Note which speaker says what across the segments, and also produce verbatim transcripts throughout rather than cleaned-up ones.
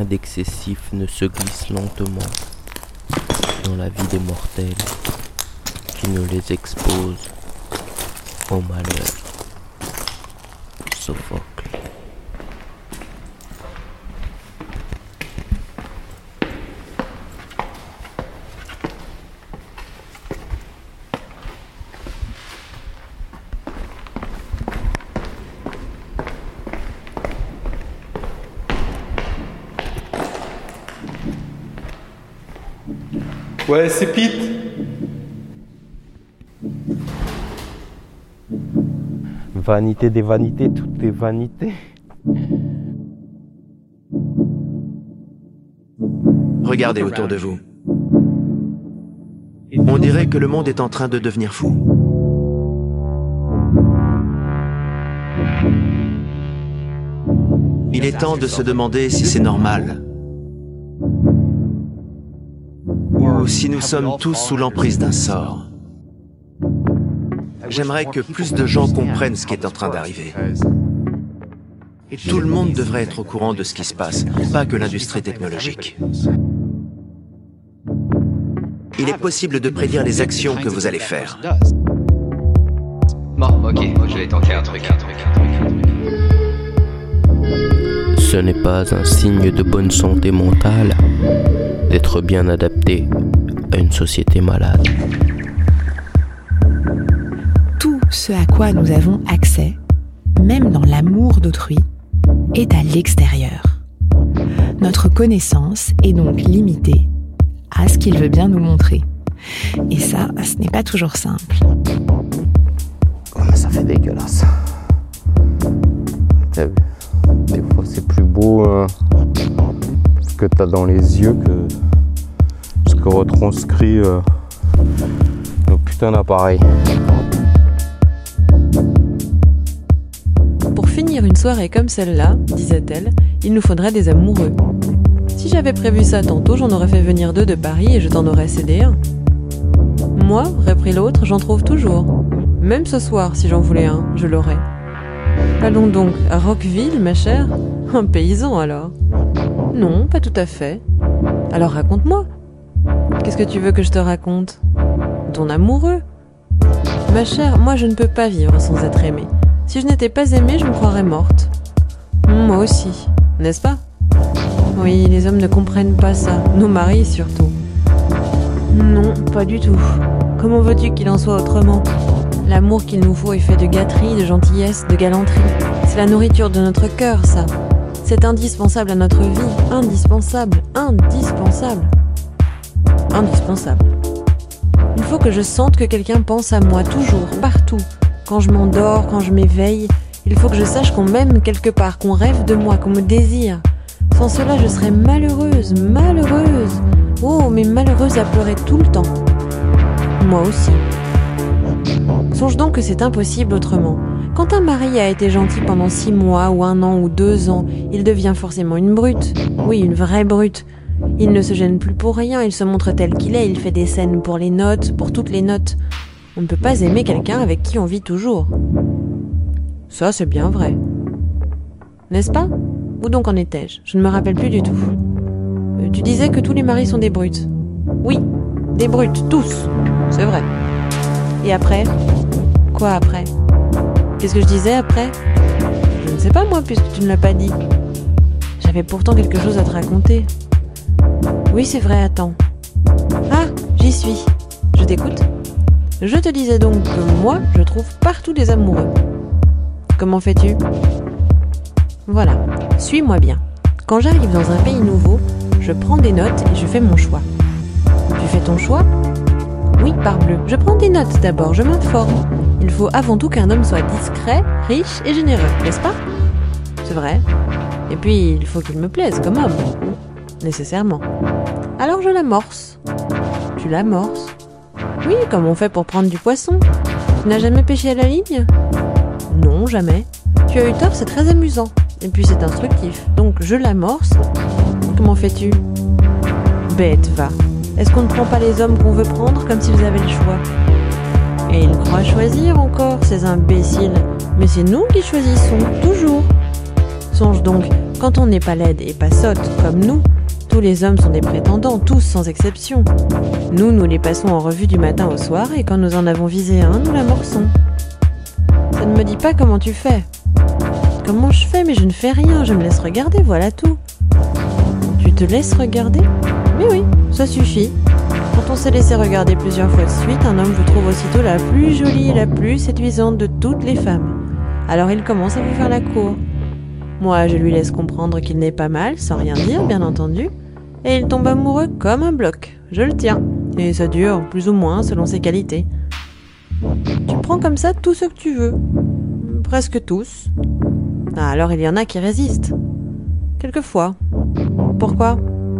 Speaker 1: d'excessif ne se glisse lentement dans la vie des mortels qui nous les expose au malheur. Sophocle.
Speaker 2: Ouais, c'est Pete.
Speaker 1: Vanité des vanités, toutes les vanités.
Speaker 3: Regardez autour de vous. On dirait que le monde est en train de devenir fou. Il est temps de se demander si c'est normal. Ou si nous sommes tous sous l'emprise d'un sort. J'aimerais que plus de gens comprennent ce qui est en train d'arriver. Tout le monde devrait être au courant de ce qui se passe, pas que l'industrie technologique. Il est possible de prédire les actions que vous allez faire.
Speaker 4: Bon, ok, je vais tenter un truc, un truc, un truc, un truc.
Speaker 1: Ce n'est pas un signe de bonne santé mentale d'être bien adapté à une société malade.
Speaker 5: Tout ce à quoi nous avons accès, même dans l'amour d'autrui, est à l'extérieur. Notre connaissance est donc limitée à ce qu'il veut bien nous montrer. Et ça, ce n'est pas toujours simple.
Speaker 1: Oh, mais ça fait dégueulasse. T'as vu ? Des fois, c'est plus beau euh, ce que t'as dans les yeux que ce que retranscrit euh, nos putains d'appareils.
Speaker 6: Pour finir une soirée comme celle-là, disait-elle, il nous faudrait des amoureux. Si j'avais prévu ça tantôt, j'en aurais fait venir deux de Paris et je t'en aurais cédé un. Moi, reprit l'autre, j'en trouve toujours. Même ce soir, si j'en voulais un, je l'aurais. Allons donc à Roqueville, ma chère. Un paysan, alors? Non, pas tout à fait. Alors raconte-moi. Qu'est-ce que tu veux que je te raconte? Ton amoureux. Ma chère, moi je ne peux pas vivre sans être aimée. Si je n'étais pas aimée, je me croirais morte. Moi aussi, n'est-ce pas? Oui, les hommes ne comprennent pas ça, nos maris surtout. Non, pas du tout. Comment veux-tu qu'il en soit autrement? L'amour qu'il nous faut est fait de gâterie, de gentillesse, de galanterie. C'est la nourriture de notre cœur, ça. C'est indispensable à notre vie. Indispensable, indispensable. Indispensable. Il faut que je sente que quelqu'un pense à moi, toujours, partout. Quand je m'endors, quand je m'éveille, il faut que je sache qu'on m'aime quelque part, qu'on rêve de moi, qu'on me désire. Sans cela, je serais malheureuse, malheureuse. Oh, mais malheureuse à pleurer tout le temps. Moi aussi. Songe donc que c'est impossible autrement. Quand un mari a été gentil pendant six mois, ou un an, ou deux ans, il devient forcément une brute. Oui, une vraie brute. Il ne se gêne plus pour rien, il se montre tel qu'il est, il fait des scènes pour les notes, pour toutes les notes. On ne peut pas aimer quelqu'un avec qui on vit toujours. Ça, c'est bien vrai. N'est-ce pas? Où donc en étais-je? Je ne me rappelle plus du tout. Euh, tu disais que tous les maris sont des brutes. Oui, des brutes, tous. C'est vrai. Et après? Quoi après? Qu'est-ce que je disais après? Je ne sais pas moi, puisque tu ne l'as pas dit. J'avais pourtant quelque chose à te raconter. Oui, c'est vrai, attends. Ah, j'y suis. Je t'écoute. Je te disais donc que moi, je trouve partout des amoureux. Comment fais-tu? Voilà, suis-moi bien. Quand j'arrive dans un pays nouveau, je prends des notes et je fais mon choix. Tu fais ton choix? Oui, parbleu. Je prends des notes d'abord, je m'informe. Il faut avant tout qu'un homme soit discret, riche et généreux, n'est-ce pas? C'est vrai. Et puis, il faut qu'il me plaise comme homme. Nécessairement. Alors je l'amorce. Tu l'amorces? Oui, comme on fait pour prendre du poisson. Tu n'as jamais pêché à la ligne? Non, jamais. Tu as eu tort, c'est très amusant. Et puis c'est instructif. Donc je l'amorce. Comment fais-tu? Bête, va. Est-ce qu'on ne prend pas les hommes qu'on veut prendre comme s'ils avaient le choix? Et ils croient choisir encore, ces imbéciles. Mais c'est nous qui choisissons, toujours. Songe donc, Quand on n'est pas laide et pas sotte, comme nous, tous les hommes sont des prétendants, tous sans exception. Nous, nous les passons en revue du matin au soir, et quand nous en avons visé un, nous l'amorçons. Ça ne me dit pas comment tu fais. Comment je fais? Mais je ne fais rien, je me laisse regarder, voilà tout. Tu te laisses regarder? Mais oui, ça suffit. Quand on s'est laissé regarder plusieurs fois de suite, un homme vous trouve aussitôt la plus jolie et la plus séduisante de toutes les femmes. Alors il commence à vous faire la cour. Moi, je lui laisse comprendre qu'il n'est pas mal, sans rien dire, bien entendu, et il tombe amoureux comme un bloc. Je le tiens, et ça dure plus ou moins selon ses qualités. Tu prends comme ça tout ce que tu veux. Presque tous. Ah, alors il y en a qui résistent. Quelquefois. Pourquoi?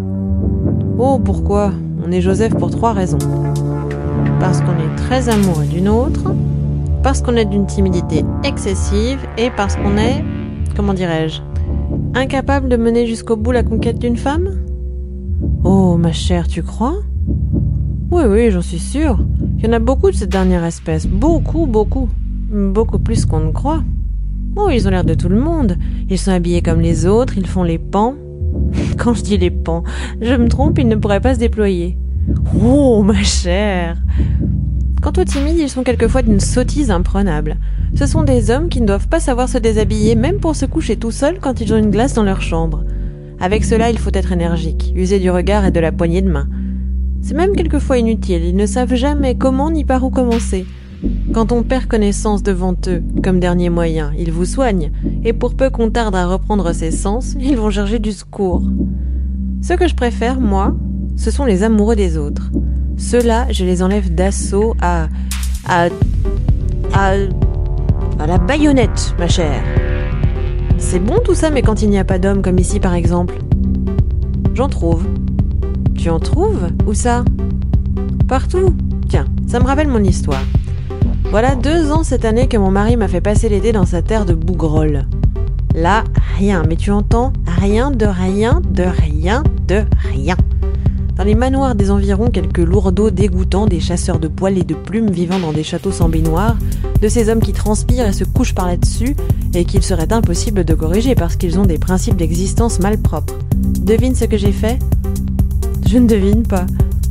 Speaker 6: Oh, pourquoi? On est Joseph pour trois raisons. Parce qu'on est très amoureux d'une autre, parce qu'on est d'une timidité excessive, et parce qu'on est, comment dirais-je, incapable de mener jusqu'au bout la conquête d'une femme? Oh, ma chère, tu crois? Oui, oui, j'en suis sûre. Il y en a beaucoup de cette dernière espèce. Beaucoup, beaucoup. Beaucoup plus qu'on ne croit. Oh, ils ont l'air de tout le monde. Ils sont habillés comme les autres, ils font les pans. Quand je dis les pans, je me trompe, ils ne pourraient pas se déployer. Oh, ma chère! Quant aux timides, ils sont quelquefois d'une sottise imprenable. Ce sont des hommes qui ne doivent pas savoir se déshabiller, même pour se coucher tout seuls quand ils ont une glace dans leur chambre. Avec cela, il faut être énergique, user du regard et de la poignée de main. C'est même quelquefois inutile, ils ne savent jamais comment ni par où commencer. Quand on perd connaissance devant eux, comme dernier moyen, ils vous soignent, et pour peu qu'on tarde à reprendre ses sens, ils vont chercher du secours. Ce que je préfère, moi, ce sont les amoureux des autres. Ceux-là, je les enlève d'assaut à... à... à... à la baïonnette, ma chère. C'est bon tout ça, mais quand il n'y a pas d'hommes, comme ici par exemple. J'en trouve. Tu en trouves? Où ça? Partout. Tiens, ça me rappelle mon histoire. Voilà deux ans cette année que mon mari m'a fait passer l'été dans sa terre de Bougrolles. Là, rien, mais tu entends? Rien de rien, de rien, de rien. Dans les manoirs des environs, quelques lourdeaux dégoûtants, des chasseurs de poils et de plumes vivant dans des châteaux sans baignoire, de ces hommes qui transpirent et se couchent par là-dessus, et qu'il serait impossible de corriger parce qu'ils ont des principes d'existence malpropres. Devine ce que j'ai fait? Je ne devine pas.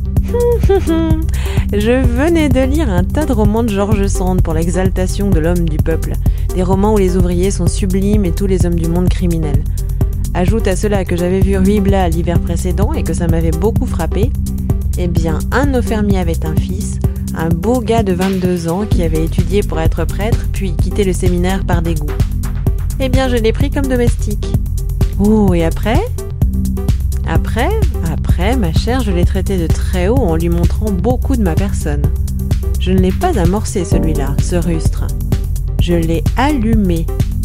Speaker 6: Je venais de lire un tas de romans de George Sand pour l'exaltation de l'homme du peuple. Des romans où les ouvriers sont sublimes et tous les hommes du monde criminels. Ajoute à cela que j'avais vu Ruy Blas l'hiver précédent et que ça m'avait beaucoup frappé. Eh bien, un de nos fermiers avait un fils, un beau gars de vingt-deux ans qui avait étudié pour être prêtre puis quitté le séminaire par dégoût. Eh bien, je l'ai pris comme domestique. Oh, et après ? Après, après, ma chère, je l'ai traité de très haut en lui montrant beaucoup de ma personne. Je ne l'ai pas amorcé celui-là, ce rustre. Je l'ai allumé.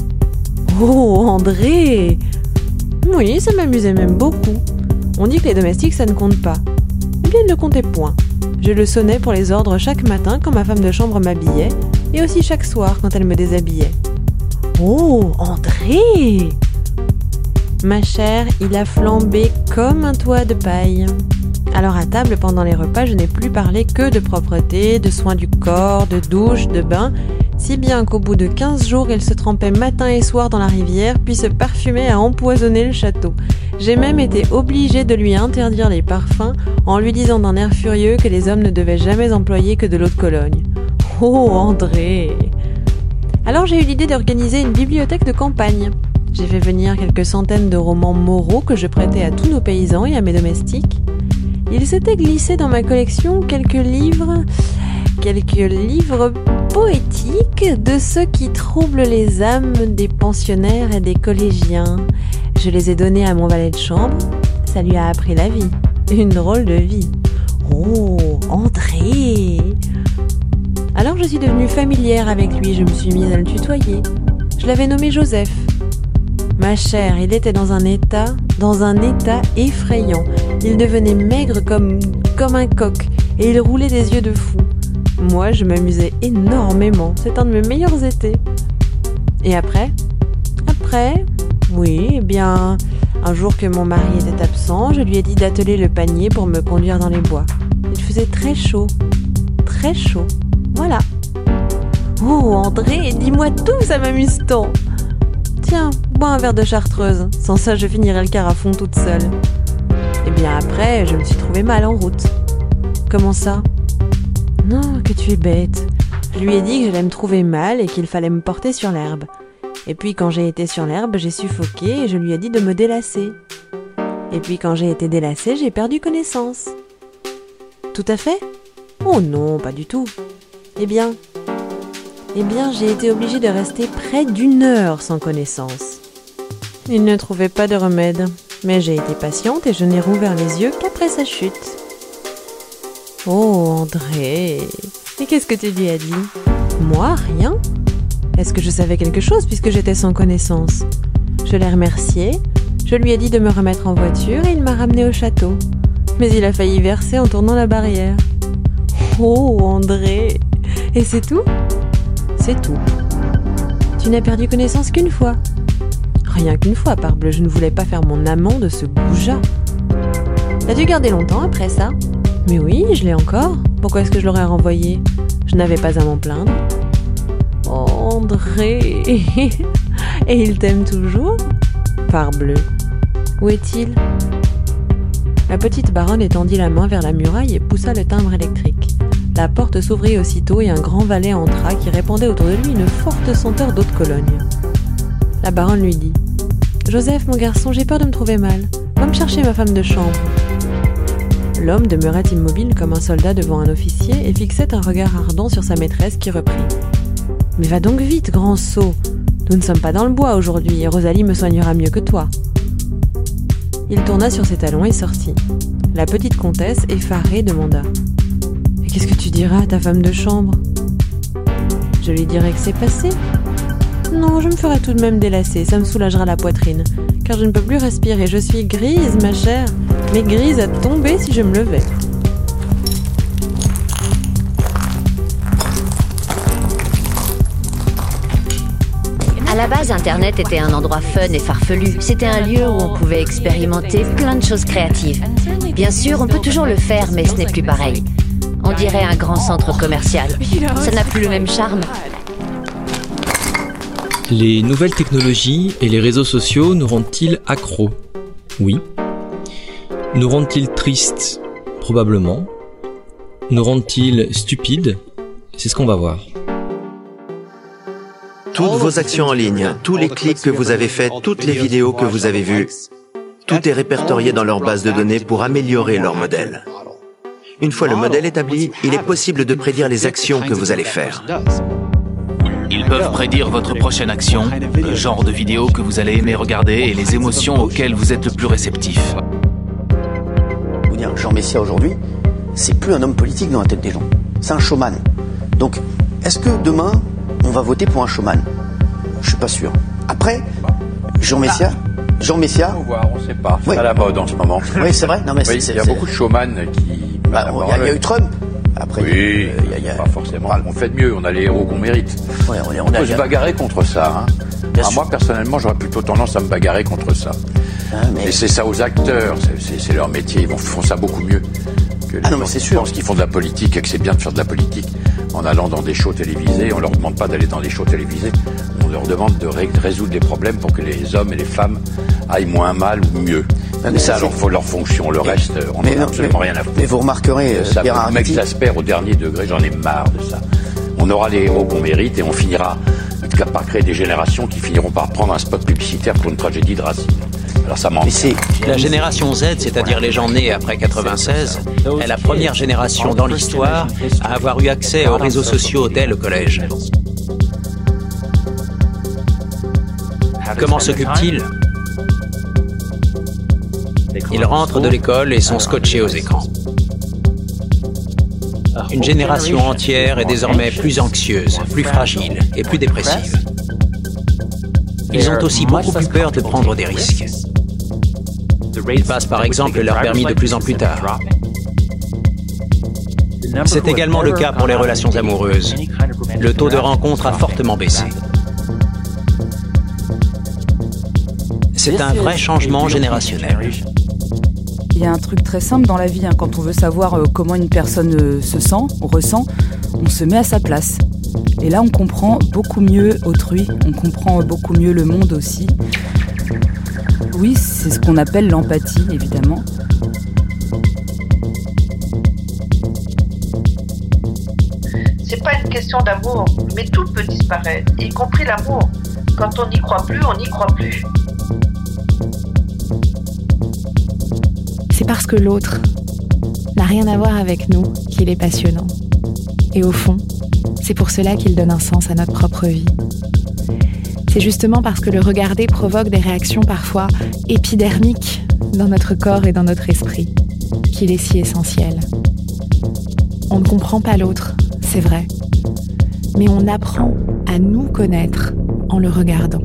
Speaker 6: Oh, André! Oui, ça m'amusait même beaucoup. On dit que les domestiques, ça ne compte pas. Eh bien, il ne comptait point. Je le sonnais pour les ordres chaque matin quand ma femme de chambre m'habillait, et aussi chaque soir quand elle me déshabillait. Oh, André! Ma chère, il a flambé comme un toit de paille. Alors à table, pendant les repas, je n'ai plus parlé que de propreté, de soins du corps, de douche, de bain, si bien qu'au bout de quinze jours, il se trempait matin et soir dans la rivière, puis se parfumait à empoisonner le château. J'ai même été obligée de lui interdire les parfums en lui disant d'un air furieux que les hommes ne devaient jamais employer que de l'eau de Cologne. Oh, André! Alors j'ai eu l'idée d'organiser une bibliothèque de campagne. J'ai fait venir quelques centaines de romans moraux que je prêtais à tous nos paysans et à mes domestiques. Il s'était glissé dans ma collection quelques livres, quelques livres poétiques de ceux qui troublent les âmes des pensionnaires et des collégiens. Je les ai donnés à mon valet de chambre. Ça lui a appris la vie. Une drôle de vie. Oh, André! Alors je suis devenue familière avec lui, je me suis mise à le tutoyer. Je l'avais nommé Joseph. Ma chère, il était dans un état, dans un état effrayant. Il devenait maigre comme, comme un coq et il roulait des yeux de fou. Moi, je m'amusais énormément. C'est un de mes meilleurs étés. Et après ? Après, oui, eh bien, un jour que mon mari était absent, je lui ai dit d'atteler le panier pour me conduire dans les bois. Il faisait très chaud, très chaud. Voilà. Oh, André, dis-moi tout, ça m'amuse tant. Tiens, Bois un verre de chartreuse, sans ça je finirais le carafon toute seule. Et bien après, je me suis trouvée mal en route. Comment ça ? Non, que tu es bête. Je lui ai dit que j'allais me trouver mal et qu'il fallait me porter sur l'herbe. Et puis quand j'ai été sur l'herbe, j'ai suffoqué et je lui ai dit de me délasser. Et puis quand j'ai été délacée, j'ai perdu connaissance. Tout à fait ? Oh non, pas du tout. Eh bien, eh bien, j'ai été obligée de rester près d'une heure sans connaissance. Il ne trouvait pas de remède, mais j'ai été patiente et je n'ai rouvert les yeux qu'après sa chute. Oh, André, et qu'est-ce que tu lui as dit ? Moi, rien ? Est-ce que je savais quelque chose puisque j'étais sans connaissance ? Je l'ai remercié, je lui ai dit de me remettre en voiture et il m'a ramené au château. Mais il a failli verser en tournant la barrière. Oh, André, et c'est tout ? C'est tout. Tu n'as perdu connaissance qu'une fois. Rien qu'une fois, parbleu, je ne voulais pas faire mon amant de ce goujat. L'as dû garder longtemps après ça ? Mais oui, je l'ai encore. Pourquoi est-ce que je l'aurais renvoyé ? Je n'avais pas à m'en plaindre. Oh, André. Et il t'aime toujours ? Parbleu. Où est-il ? La petite baronne étendit la main vers la muraille et poussa le timbre électrique. La porte s'ouvrit aussitôt et un grand valet entra qui répandait autour de lui une forte senteur d'eau de Cologne. La baronne lui dit « Joseph, mon garçon, j'ai peur de me trouver mal. Va me chercher ma femme de chambre. » L'homme demeurait immobile comme un soldat devant un officier et fixait un regard ardent sur sa maîtresse qui reprit « Mais va donc vite, grand sot. Nous ne sommes pas dans le bois aujourd'hui et Rosalie me soignera mieux que toi. » Il tourna sur ses talons et sortit. La petite comtesse, effarée, demanda « Et qu'est-ce que tu diras à ta femme de chambre ?»« Je lui dirai que c'est passé. »« Non, je me ferai tout de même délasser, ça me soulagera la poitrine, car je ne peux plus respirer, je suis grise, ma chère, mais grise à tomber si je me levais. »
Speaker 2: À la base, Internet était un endroit fun et farfelu. C'était un lieu où on pouvait expérimenter plein de choses créatives. Bien sûr, on peut toujours le faire, mais ce n'est plus pareil. On dirait un grand centre commercial. Ça n'a plus le même charme.
Speaker 7: Les nouvelles technologies et les réseaux sociaux nous rendent-ils accros ? Oui. Nous rendent-ils tristes ? Probablement. Nous rendent-ils stupides ? C'est ce qu'on va voir.
Speaker 3: Toutes vos actions en ligne, tous les clics que vous avez faits, toutes les vidéos que vous avez vues, tout est répertorié dans leur base de données pour améliorer leur modèle. Une fois le modèle établi, il est possible de prédire les actions que vous allez faire.
Speaker 8: Ils peuvent prédire votre prochaine action, le genre de vidéo que vous allez aimer regarder et les émotions auxquelles vous êtes le plus réceptif.
Speaker 9: Vous dire, Jean Messia aujourd'hui, c'est plus un homme politique dans la tête des gens. C'est un showman. Donc, est-ce que demain, on va voter pour un showman ? Je suis pas sûr. Après, Jean Messia, Jean Messia.
Speaker 10: On va voir, on sait pas. C'est
Speaker 9: oui.
Speaker 10: à la mode en ce moment.
Speaker 9: Oui, c'est vrai. Non, mais
Speaker 10: oui,
Speaker 9: c'est,
Speaker 10: il y a
Speaker 9: c'est...
Speaker 10: beaucoup de showman qui.
Speaker 9: Bah, il y, y a eu Trump. Après,
Speaker 10: oui,
Speaker 9: il y a, y a...
Speaker 10: pas forcément. On fait de mieux. On a les héros qu'on mérite.
Speaker 9: Ouais, on, est, on,
Speaker 10: on peut
Speaker 9: a...
Speaker 10: se bagarrer contre ça. Hein. Ah, moi, personnellement, j'aurais plutôt tendance à me bagarrer contre ça. Ah, mais... Et c'est ça aux acteurs. C'est, c'est, c'est leur métier. Ils vont, font ça beaucoup mieux que les
Speaker 9: ah, non,
Speaker 10: gens
Speaker 9: mais c'est
Speaker 10: qui
Speaker 9: sûr.
Speaker 10: pensent qu'ils font de la politique et que c'est bien de faire de la politique. En allant dans des shows télévisés, on leur demande pas d'aller dans des shows télévisés. On leur demande de ré- résoudre des problèmes pour que les hommes et les femmes aillent moins mal ou mieux. Mais ça, alors, faut leur fonction. Le reste, on n'en a absolument
Speaker 9: mais,
Speaker 10: rien à foutre.
Speaker 9: Mais vous remarquerez,
Speaker 10: ça
Speaker 9: Pierre
Speaker 10: m'exaspère au dernier degré. J'en ai marre de ça. On aura les héros qu'on mérite et on finira, en tout cas, par créer des générations qui finiront par prendre un spot publicitaire pour une tragédie de racisme. Alors ça m'en.
Speaker 11: La génération Z, c'est-à-dire les gens nés après quatre-vingt-seize, est la première génération dans l'histoire à avoir eu accès aux réseaux sociaux dès le collège. Comment s'occupent-ils ? Ils rentrent de l'école et sont scotchés aux écrans. Une génération entière est désormais plus anxieuse, plus fragile et plus dépressive. Ils ont aussi beaucoup plus peur de prendre des risques. Ils passent par exemple leur permis de plus en plus tard. C'est également le cas pour les relations amoureuses. Le taux de rencontre a fortement baissé. C'est un vrai changement générationnel.
Speaker 12: Il y a un truc très simple dans la vie, hein. Quand on veut savoir euh, comment une personne euh, se sent, ou ressent, on se met à sa place. Et là, on comprend beaucoup mieux autrui, on comprend beaucoup mieux le monde aussi. Oui, c'est ce qu'on appelle l'empathie, évidemment.
Speaker 13: C'est pas une question d'amour, mais tout peut disparaître, y compris l'amour. Quand on n'y croit plus, on n'y croit plus.
Speaker 5: C'est parce que l'autre n'a rien à voir avec nous qu'il est passionnant. Et au fond, c'est pour cela qu'il donne un sens à notre propre vie. C'est justement parce que le regarder provoque des réactions parfois épidermiques dans notre corps et dans notre esprit qu'il est si essentiel. On ne comprend pas l'autre, c'est vrai, mais on apprend à nous connaître en le regardant,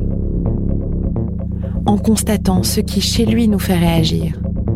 Speaker 5: en constatant ce qui chez lui nous fait réagir.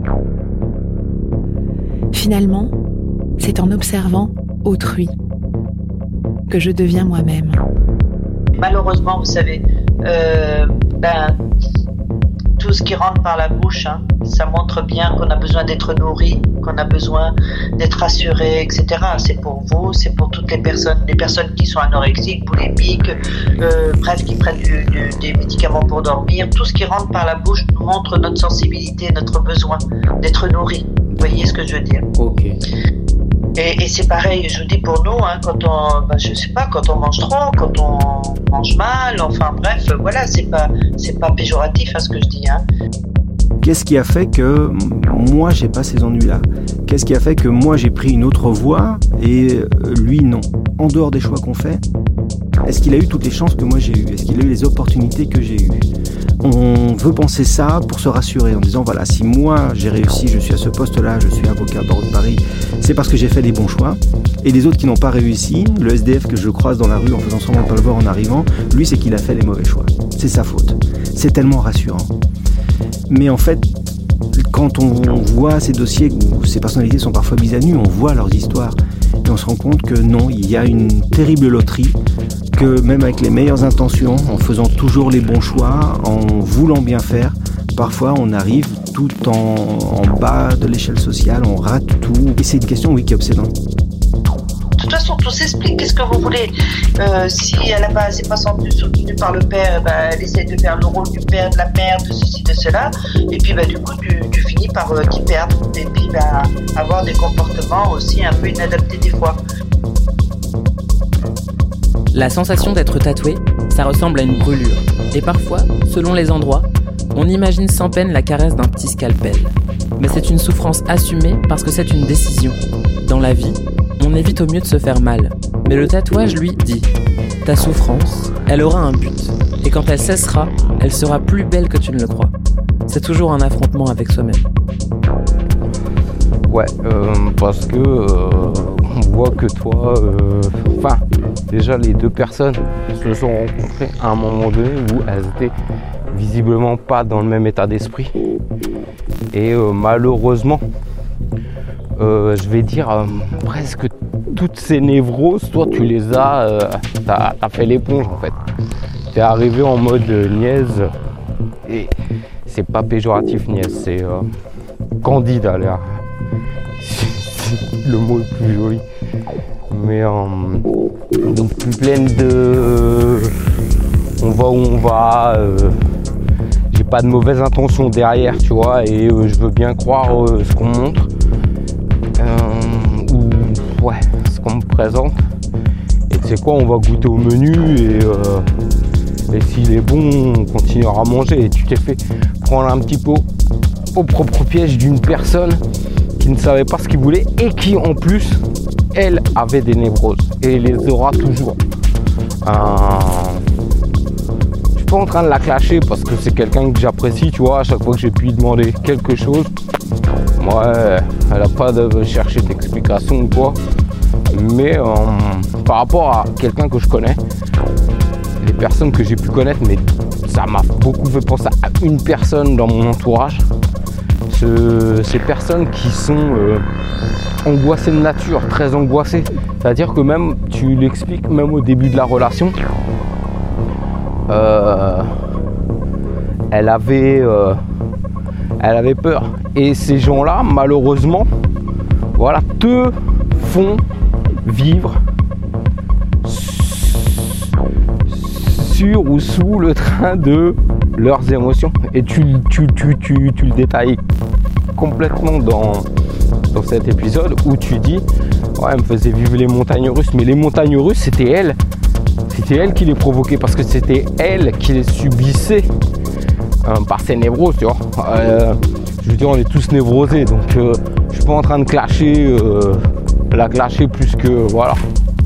Speaker 5: Finalement, c'est en observant autrui que je deviens moi-même.
Speaker 13: Malheureusement, vous savez, euh, ben, tout ce qui rentre par la bouche, hein, ça montre bien qu'on a besoin d'être nourri, qu'on a besoin d'être rassuré, et cetera. C'est pour vous, c'est pour toutes les personnes, les personnes qui sont anorexiques, boulimiques, euh, bref, qui prennent du, du, des médicaments pour dormir. Tout ce qui rentre par la bouche nous montre notre sensibilité, notre besoin d'être nourri. Vous voyez ce que je veux dire?
Speaker 14: Ok.
Speaker 13: Et, et c'est pareil, je vous dis pour nous, hein, quand on, ben, je sais pas, quand on mange trop, quand on mange mal, enfin bref, voilà, c'est pas, c'est pas péjoratif à hein, ce que je dis. Hein.
Speaker 15: Qu'est-ce qui a fait que moi j'ai pas ces ennuis-là? Qu'est-ce qui a fait que moi j'ai pris une autre voie et lui non? En dehors des choix qu'on fait, est-ce qu'il a eu toutes les chances que moi j'ai eues? Est-ce qu'il a eu les opportunités que j'ai eues? On veut penser ça pour se rassurer en disant voilà, si moi j'ai réussi, je suis à ce poste-là, je suis avocat à barreau de Paris, c'est parce que j'ai fait les bons choix. Et les autres qui n'ont pas réussi, le S D F que je croise dans la rue en faisant semblant de pas le voir en arrivant, lui c'est qu'il a fait les mauvais choix. C'est sa faute. C'est tellement rassurant. Mais en fait, quand on voit ces dossiers où ces personnalités sont parfois mises à nu, on voit leurs histoires et on se rend compte que non, il y a une terrible loterie, que même avec les meilleures intentions, en faisant toujours les bons choix, en voulant bien faire, parfois on arrive tout en, en bas de l'échelle sociale, on rate tout. Et c'est une question, oui, qui est obsédante.
Speaker 13: De toute façon, tout s'explique. Qu'est-ce que vous voulez? euh, Si à la base, c'est pas soutenu par le père, bah, elle essaie de faire le rôle du père, de la mère, de ceci, de cela. Et puis, bah, du coup, tu, tu finis par euh, t'y perdre. Et puis, bah, avoir des comportements aussi un peu inadaptés des fois.
Speaker 14: La sensation d'être tatoué, ça ressemble à une brûlure. Et parfois, selon les endroits, on imagine sans peine la caresse d'un petit scalpel. Mais c'est une souffrance assumée parce que c'est une décision. Dans la vie, on évite au mieux de se faire mal. Mais le tatouage, lui, dit « Ta souffrance, elle aura un but. Et quand elle cessera, elle sera plus belle que tu ne le crois. » C'est toujours un affrontement avec soi-même.
Speaker 1: Ouais, euh, parce que euh, on voit que toi, enfin, euh, déjà les deux personnes se sont rencontrées à un moment donné où elles étaient visiblement pas dans le même état d'esprit. Et euh, malheureusement, euh, je vais dire euh, presque toutes ces névroses, toi tu les as, euh, t'as, t'as fait l'éponge en fait. T'es arrivé en mode euh, niaise, et c'est pas péjoratif niaise, c'est euh, candide à l'air. Le mot est plus joli. Mais euh, donc plus pleine de on va où on va, euh, j'ai pas de mauvaises intentions derrière, tu vois, et euh, je veux bien croire euh, ce qu'on montre euh, ou ouais, ce qu'on me présente. Et tu sais quoi, on va goûter au menu et, euh, et s'il est bon, on continuera à manger. Et tu t'es fait prendre un petit peu au propre piège d'une personne qui ne savait pas ce qu'il voulait et qui en plus, elle avait des névroses et les aura toujours. Euh, je suis pas en train de la clasher parce que c'est quelqu'un que j'apprécie, tu vois, à chaque fois que j'ai pu lui demander quelque chose, ouais, elle n'a pas de chercher d'explication ou quoi. Mais euh, par rapport à quelqu'un que je connais, les personnes que j'ai pu connaître, mais ça m'a beaucoup fait penser à une personne dans mon entourage. Ce, ces personnes qui sont euh, angoissées de nature, très angoissées. C'est-à-dire que même, tu l'expliques, même au début de la relation, euh, elle avait, euh, elle avait peur. Et ces gens-là, malheureusement, voilà, te font vivre sur ou sous le train de leurs émotions. Et tu, tu, tu, tu, tu le détailles complètement dans, dans cet épisode où tu dis ouais, elle me faisait vivre les montagnes russes, mais les montagnes russes c'était elle c'était elle qui les provoquait parce que c'était elle qui les subissait euh, par ses névroses, tu vois. Euh, je veux dire, on est tous névrosés, donc euh, je suis pas en train de clasher euh, la clasher plus que voilà.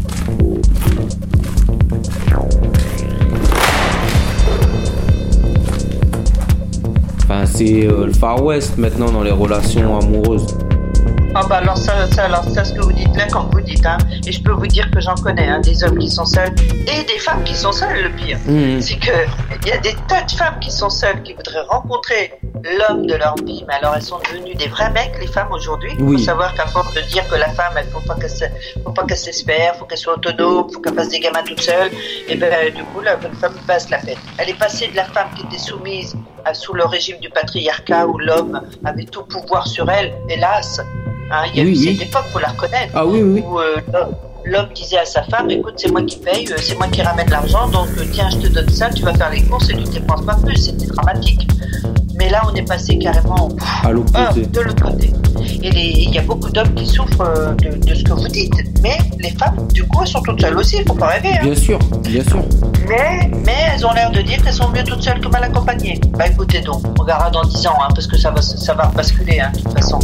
Speaker 1: Enfin, c'est euh, le Far West maintenant dans les relations amoureuses.
Speaker 13: Ah bah alors ça, ça, alors ça, ce que vous dites là, comme vous dites, hein, et je peux vous dire que j'en connais, hein, des hommes qui sont seuls et des femmes qui sont seules. Le pire, mmh. c'est que il y a des tas de femmes qui sont seules, qui voudraient rencontrer l'homme de leur vie, mais alors elles sont devenues des vrais mecs, les femmes aujourd'hui. Il oui. faut savoir qu'à force de dire que la femme, elle faut pas qu'elle, se, faut pas qu'elle s'espère, faut qu'elle soit autonome, faut qu'elle fasse des gamins toute seule, et ben du coup la femme passe la peine. Elle est passée de la femme qui était soumise à, sous le régime du patriarcat où l'homme avait tout pouvoir sur elle, hélas. Hein, il y a oui, eu cette oui. époque, il faut la reconnaître,
Speaker 1: ah, oui, oui.
Speaker 13: où euh, l'homme, l'homme disait à sa femme, écoute, c'est moi qui paye, c'est moi qui ramène l'argent, donc euh, tiens, je te donne ça, tu vas faire les courses et tu ne dépenses pas plus. C'était dramatique. Mais là, on est passé carrément
Speaker 1: à l'autre côté.
Speaker 13: Euh, de l'autre côté. Et il y a beaucoup d'hommes qui souffrent de, de ce que vous dites. Mais les femmes, du coup, elles sont toutes seules aussi, il ne faut pas rêver. Hein.
Speaker 1: Bien sûr, bien sûr.
Speaker 13: Mais, mais elles ont l'air de dire qu'elles sont mieux toutes seules que mal accompagnées. Bah écoutez donc, on verra dans dix ans, hein, parce que ça va, ça va basculer, hein, de toute façon.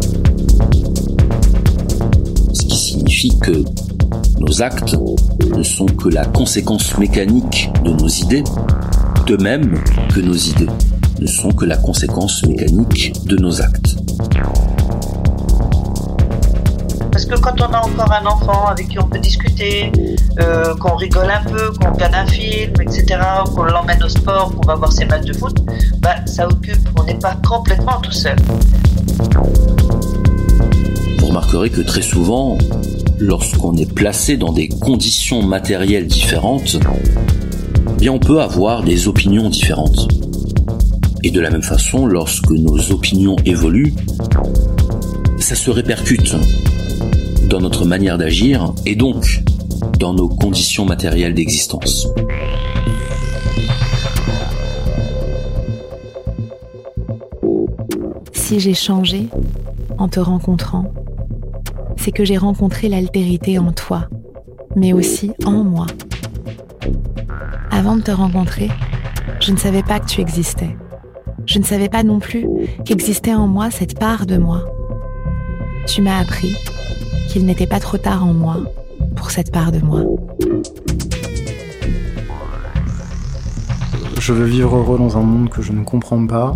Speaker 16: Ce qui signifie que nos actes ne sont que la conséquence mécanique de nos idées, de même que nos idées ne sont que la conséquence mécanique de nos actes.
Speaker 13: Parce que quand on a encore un enfant avec qui on peut discuter, euh, qu'on rigole un peu, qu'on regarde un film, et cetera, qu'on l'emmène au sport, qu'on va voir ses matchs de foot, bah, ça occupe, on n'est pas complètement tout seul.
Speaker 16: Vous remarquerez que très souvent, lorsqu'on est placé dans des conditions matérielles différentes, eh bien on peut avoir des opinions différentes. Et de la même façon, lorsque nos opinions évoluent, ça se répercute dans notre manière d'agir et donc dans nos conditions matérielles d'existence.
Speaker 5: Si j'ai changé en te rencontrant, c'est que j'ai rencontré l'altérité en toi, mais aussi en moi. Avant de te rencontrer, je ne savais pas que tu existais. Je ne savais pas non plus qu'existait en moi cette part de moi. Tu m'as appris qu'il n'était pas trop tard en moi pour cette part de moi.
Speaker 15: Je veux vivre heureux dans un monde que je ne comprends pas.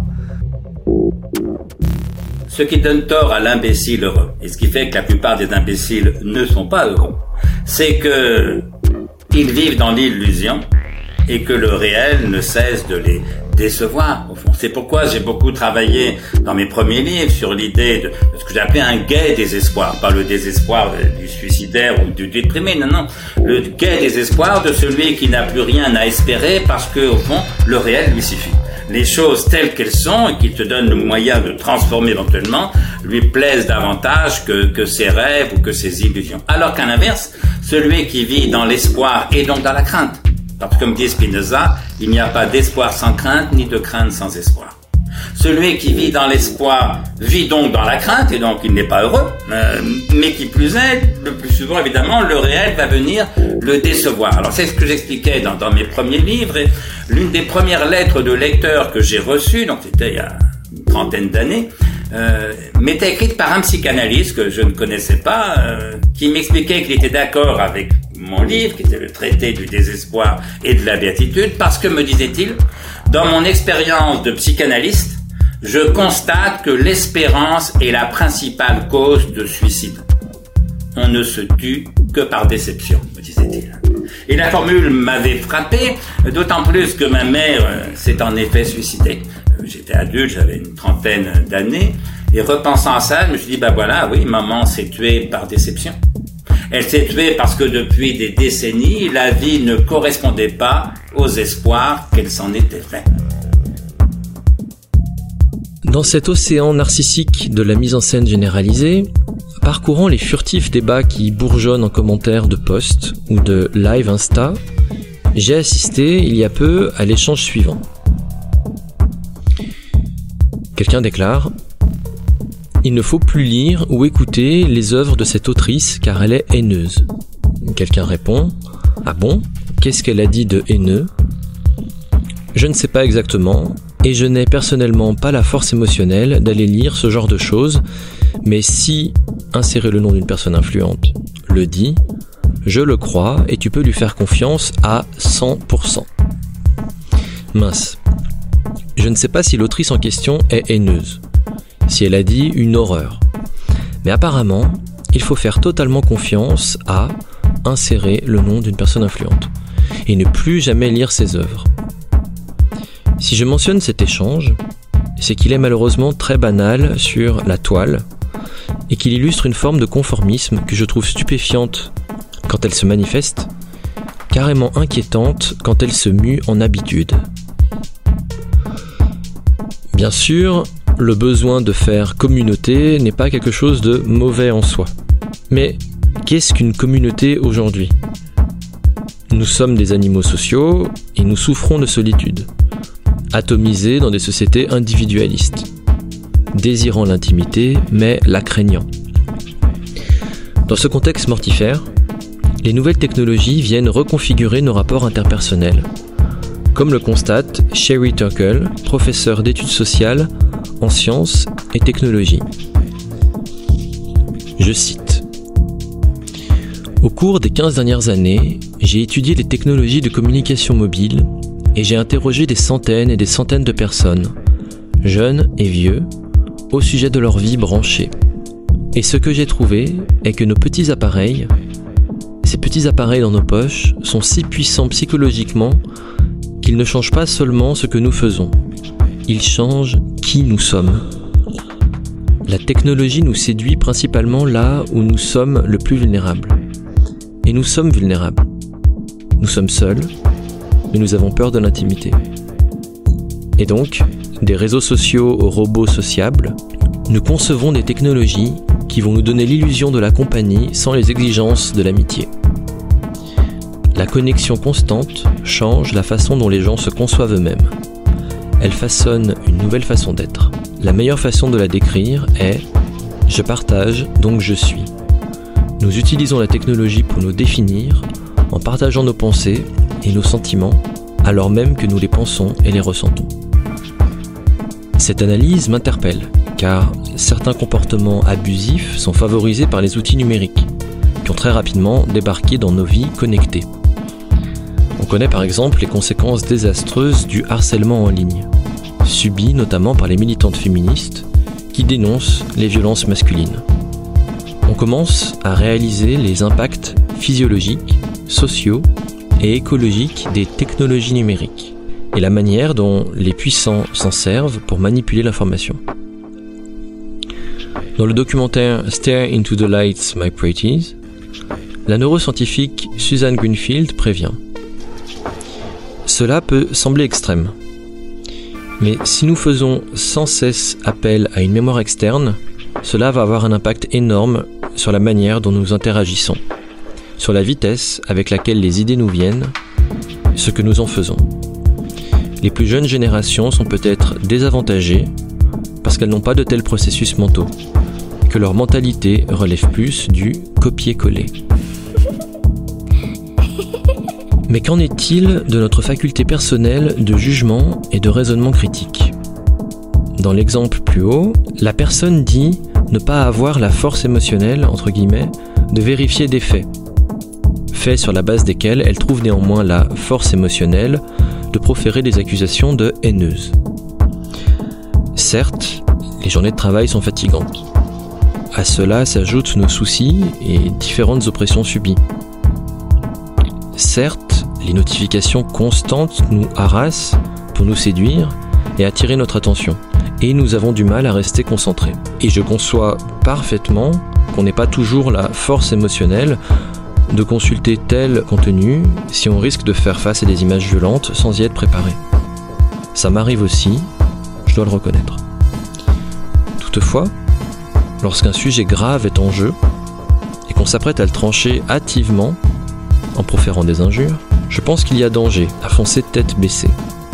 Speaker 10: Ce qui donne tort à l'imbécile heureux, et ce qui fait que la plupart des imbéciles ne sont pas heureux, c'est que ils vivent dans l'illusion et que le réel ne cesse de les décevoir, au fond. C'est pourquoi j'ai beaucoup travaillé dans mes premiers livres sur l'idée de, de ce que j'appelais un gai désespoir. Pas le désespoir du suicidaire ou du déprimé, non, non. Le gai désespoir de celui qui n'a plus rien à espérer parce que, au fond, le réel lui suffit. Les choses telles qu'elles sont et qui te donnent le moyen de transformer éventuellement lui plaisent davantage que, que ses rêves ou que ses illusions. Alors qu'à l'inverse, celui qui vit dans l'espoir et donc dans la crainte, parce que comme dit Spinoza, il n'y a pas d'espoir sans crainte, ni de crainte sans espoir. Celui qui vit dans l'espoir vit donc dans la crainte, et donc il n'est pas heureux, euh, mais qui plus est, le plus souvent évidemment, le réel va venir le décevoir. Alors c'est ce que j'expliquais dans, dans mes premiers livres, et l'une des premières lettres de lecteurs que j'ai reçues, donc c'était il y a une trentaine d'années, euh, m'était écrite par un psychanalyste que je ne connaissais pas, euh, qui m'expliquait qu'il était d'accord avec mon livre, qui était le traité du désespoir et de la béatitude, parce que, me disait-il, dans mon expérience de psychanalyste, je constate que l'espérance est la principale cause de suicide. On ne se tue que par déception, me disait-il. Et la formule m'avait frappé, d'autant plus que ma mère euh, s'est en effet suicidée. Euh, j'étais adulte, j'avais une trentaine d'années, et repensant à ça, je me suis dit, bah voilà, oui, maman s'est tuée par déception. Elle s'est tuée parce que depuis des décennies, la vie ne correspondait pas aux espoirs qu'elle s'en était fait.
Speaker 7: Dans cet océan narcissique de la mise en scène généralisée, parcourant les furtifs débats qui bourgeonnent en commentaires de posts ou de live Insta, J'ai assisté il y a peu à l'échange suivant. Quelqu'un déclare « Il ne faut plus lire ou écouter les œuvres de cette autrice car elle est haineuse. » Quelqu'un répond « Ah bon ? Qu'est-ce qu'elle a dit de haineux ? Je ne sais pas exactement, et je n'ai personnellement pas la force émotionnelle d'aller lire ce genre de choses, mais si insérer le nom d'une personne influente le dit, je le crois et tu peux lui faire confiance à cent pour cent. Mince. Je ne sais pas si l'autrice en question est haineuse, si elle a dit une horreur. Mais apparemment, il faut faire totalement confiance à insérer le nom d'une personne influente et ne plus jamais lire ses œuvres. Si je mentionne cet échange, c'est qu'il est malheureusement très banal sur la toile et qu'il illustre une forme de conformisme que je trouve stupéfiante quand elle se manifeste, carrément inquiétante quand elle se mue en habitude. Bien sûr, le besoin de faire communauté n'est pas quelque chose de mauvais en soi. Mais qu'est-ce qu'une communauté aujourd'hui ? Nous sommes des animaux sociaux et nous souffrons de solitude, atomisés dans des sociétés individualistes, désirant l'intimité mais la craignant. Dans ce contexte mortifère, les nouvelles technologies viennent reconfigurer nos rapports interpersonnels, comme le constate Sherry Turkle, professeure d'études sociales en sciences et technologies. Je cite : « Au cours des quinze dernières années, j'ai étudié les technologies de communication mobile et j'ai interrogé des centaines et des centaines de personnes, jeunes et vieux, au sujet de leur vie branchée. Et ce que j'ai trouvé est que nos petits appareils, ces petits appareils dans nos poches, sont si puissants psychologiquement qu'ils ne changent pas seulement ce que nous faisons, ils changent qui nous sommes. La technologie nous séduit principalement là où nous sommes le plus vulnérables. Et nous sommes vulnérables. Nous sommes seuls, mais nous avons peur de l'intimité. Et donc, des réseaux sociaux aux robots sociables, nous concevons des technologies qui vont nous donner l'illusion de la compagnie sans les exigences de l'amitié. La connexion constante change la façon dont les gens se conçoivent eux-mêmes. Elle façonne une nouvelle façon d'être. La meilleure façon de la décrire est « je partage, donc je suis ». Nous utilisons la technologie pour nous définir en partageant nos pensées et nos sentiments alors même que nous les pensons et les ressentons. Cette analyse m'interpelle car certains comportements abusifs sont favorisés par les outils numériques qui ont très rapidement débarqué dans nos vies connectées. On connaît par exemple les conséquences désastreuses du harcèlement en ligne, subi notamment par les militantes féministes qui dénoncent les violences masculines. On commence à réaliser les impacts physiologiques, sociaux et écologiques des technologies numériques et la manière dont les puissants s'en servent pour manipuler l'information. Dans le documentaire Stare into the Lights, My Pretties, la neuroscientifique Suzanne Greenfield prévient. Cela peut sembler extrême, mais si nous faisons sans cesse appel à une mémoire externe, cela va avoir un impact énorme sur la manière dont nous interagissons, sur la vitesse avec laquelle les idées nous viennent, ce que nous en faisons. Les plus jeunes générations sont peut-être désavantagées parce qu'elles n'ont pas de tels processus mentaux, que leur mentalité relève plus du copier-coller. Mais qu'en est-il de notre faculté personnelle de jugement et de raisonnement critique ? Dans l'exemple plus haut, la personne dit ne pas avoir la force émotionnelle, entre guillemets, de vérifier des faits, faits sur la base desquels elle trouve néanmoins la force émotionnelle de proférer des accusations de haineuses. Certes, les journées de travail sont fatigantes. À cela s'ajoutent nos soucis et différentes oppressions subies. Certes, les notifications constantes nous harassent pour nous séduire et attirer notre attention. Et nous avons du mal à rester concentrés. Et je conçois parfaitement qu'on n'ait pas toujours la force émotionnelle de consulter tel contenu si on risque de faire face à des images violentes sans y être préparé. Ça m'arrive aussi, je dois le reconnaître. Toutefois, lorsqu'un sujet grave est en jeu et qu'on s'apprête à le trancher hâtivement en proférant des injures, Je pense qu'il y a danger à foncer tête baissée.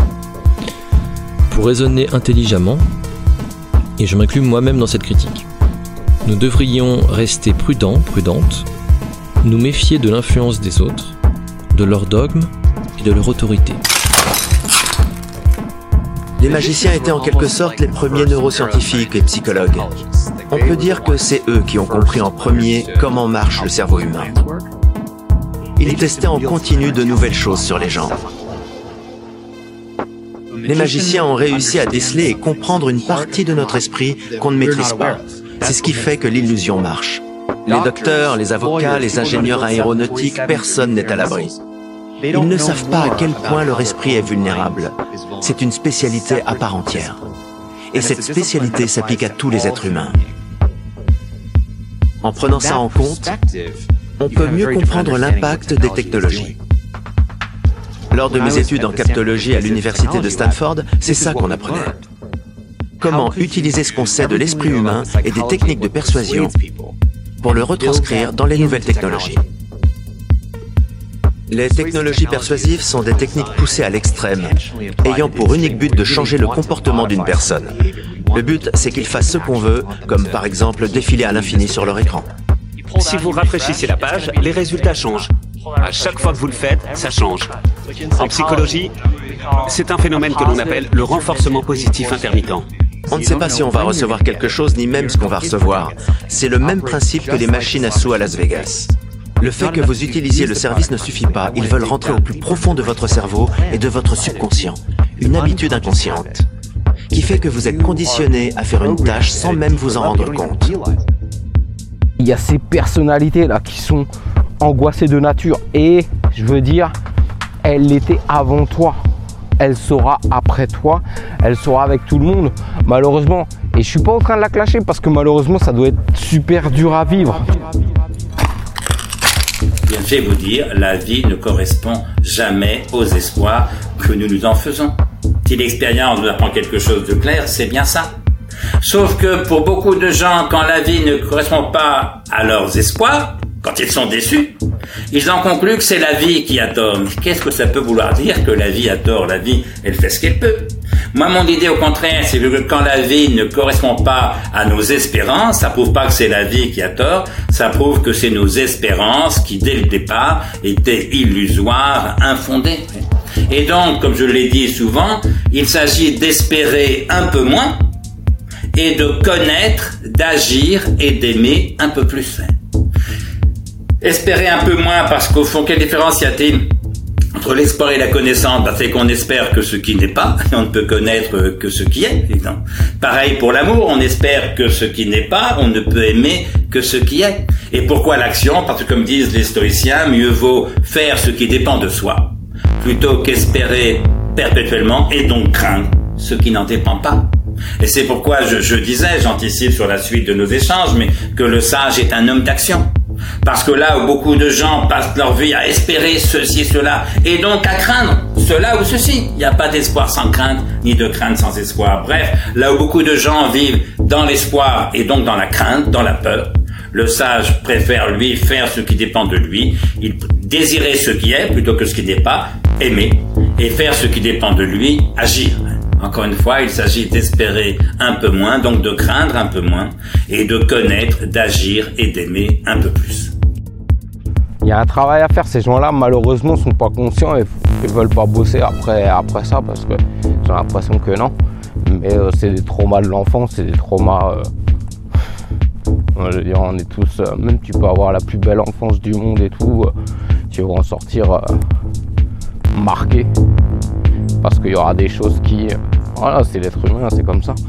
Speaker 7: Pour raisonner intelligemment, et je m'inclus moi-même dans cette critique, nous devrions rester prudents, prudentes, nous méfier de l'influence des autres, de leurs dogmes et de leur autorité.
Speaker 3: Les magiciens étaient en quelque sorte les premiers neuroscientifiques et psychologues. On peut dire que c'est eux qui ont compris en premier comment marche le cerveau humain. Ils testaient en continu de nouvelles choses sur les gens. Les magiciens ont réussi à déceler et comprendre une partie de notre esprit qu'on ne maîtrise pas. C'est ce qui fait que l'illusion marche. Les docteurs, les avocats, les ingénieurs aéronautiques, personne n'est à l'abri. Ils ne savent pas à quel point leur esprit est vulnérable. C'est une spécialité à part entière. Et cette spécialité s'applique à tous les êtres humains. En prenant ça en compte, on peut mieux comprendre l'impact des technologies. Lors de mes études en captologie à l'université de Stanford, c'est ça qu'on apprenait. Comment utiliser ce qu'on sait de l'esprit humain et des techniques de persuasion pour le retranscrire dans les nouvelles technologies. Les technologies persuasives sont des techniques poussées à l'extrême, ayant pour unique but de changer le comportement d'une personne. Le but, c'est qu'ils fassent ce qu'on veut, comme par exemple défiler à l'infini sur leur écran.
Speaker 17: Si vous rafraîchissez la page, les résultats changent. À chaque fois que vous le faites, ça change. En psychologie, c'est un phénomène que l'on appelle le renforcement positif intermittent.
Speaker 3: On ne sait pas si on va recevoir quelque chose, ni même ce qu'on va recevoir. C'est le même principe que les machines à sous à Las Vegas. Le fait que vous utilisiez le service ne suffit pas. Ils veulent rentrer au plus profond de votre cerveau et de votre subconscient. Une habitude inconsciente qui fait que vous êtes conditionné à faire une tâche sans même vous en rendre compte.
Speaker 1: Il y a ces personnalités-là qui sont angoissées de nature. Et, je veux dire, elle l'était avant toi. Elle sera après toi. Elle sera avec tout le monde. Malheureusement. Et je suis pas en train de la clasher parce que malheureusement, ça doit être super dur à vivre.
Speaker 18: Bien, je vais vous dire, la vie ne correspond jamais aux espoirs que nous nous en faisons. Si l'expérience nous apprend quelque chose de clair, c'est bien ça. Sauf que pour beaucoup de gens, quand la vie ne correspond pas à leurs espoirs, quand ils sont déçus, ils en concluent que c'est la vie qui a tort. Mais qu'est-ce que ça peut vouloir dire que la vie a tort? La vie, elle fait ce qu'elle peut. Moi, mon idée, au contraire, c'est que quand la vie ne correspond pas à nos espérances, ça prouve pas que c'est la vie qui a tort, ça prouve que c'est nos espérances qui, dès le départ, étaient illusoires, infondées. Et donc, comme je l'ai dit souvent, il s'agit d'espérer un peu moins et de connaître, d'agir et d'aimer un peu plus. Espérer un peu moins parce qu'au fond, quelle différence y a-t-il entre l'espoir et la connaissance? Ben, c'est qu'on espère que ce qui n'est pas, et on ne peut connaître que ce qui est. Pareil pour l'amour, on espère que ce qui n'est pas, on ne peut aimer que ce qui est. Et pourquoi l'action? Parce que comme disent les stoïciens, mieux vaut faire ce qui dépend de soi, plutôt qu'espérer perpétuellement et donc craindre ce qui n'en dépend pas. Et c'est pourquoi je, je disais, j'anticipe sur la suite de nos échanges, mais que le sage est un homme d'action. Parce que là où beaucoup de gens passent leur vie à espérer ceci, cela, et donc à craindre cela ou ceci, il n'y a pas d'espoir sans crainte, ni de crainte sans espoir. Bref, là où beaucoup de gens vivent dans l'espoir et donc dans la crainte, dans la peur, le sage préfère, lui, faire ce qui dépend de lui, il désirer ce qui est plutôt que ce qui n'est pas, aimer, et faire ce qui dépend de lui, agir. Encore une fois, il s'agit d'espérer un peu moins, donc de craindre un peu moins, et de connaître, d'agir et d'aimer un peu plus.
Speaker 1: Il y a un travail à faire. Ces gens-là, malheureusement, ne sont pas conscients et ne veulent pas bosser après, après ça, parce que j'ai l'impression que non. Mais euh, c'est des traumas de l'enfance, c'est des traumas... Euh... Je veux dire, on est tous... Euh, même tu peux avoir la plus belle enfance du monde et tout, euh, tu vas en sortir euh, marqué. Parce qu'il y aura des choses qui... Voilà, c'est l'être humain, c'est comme ça.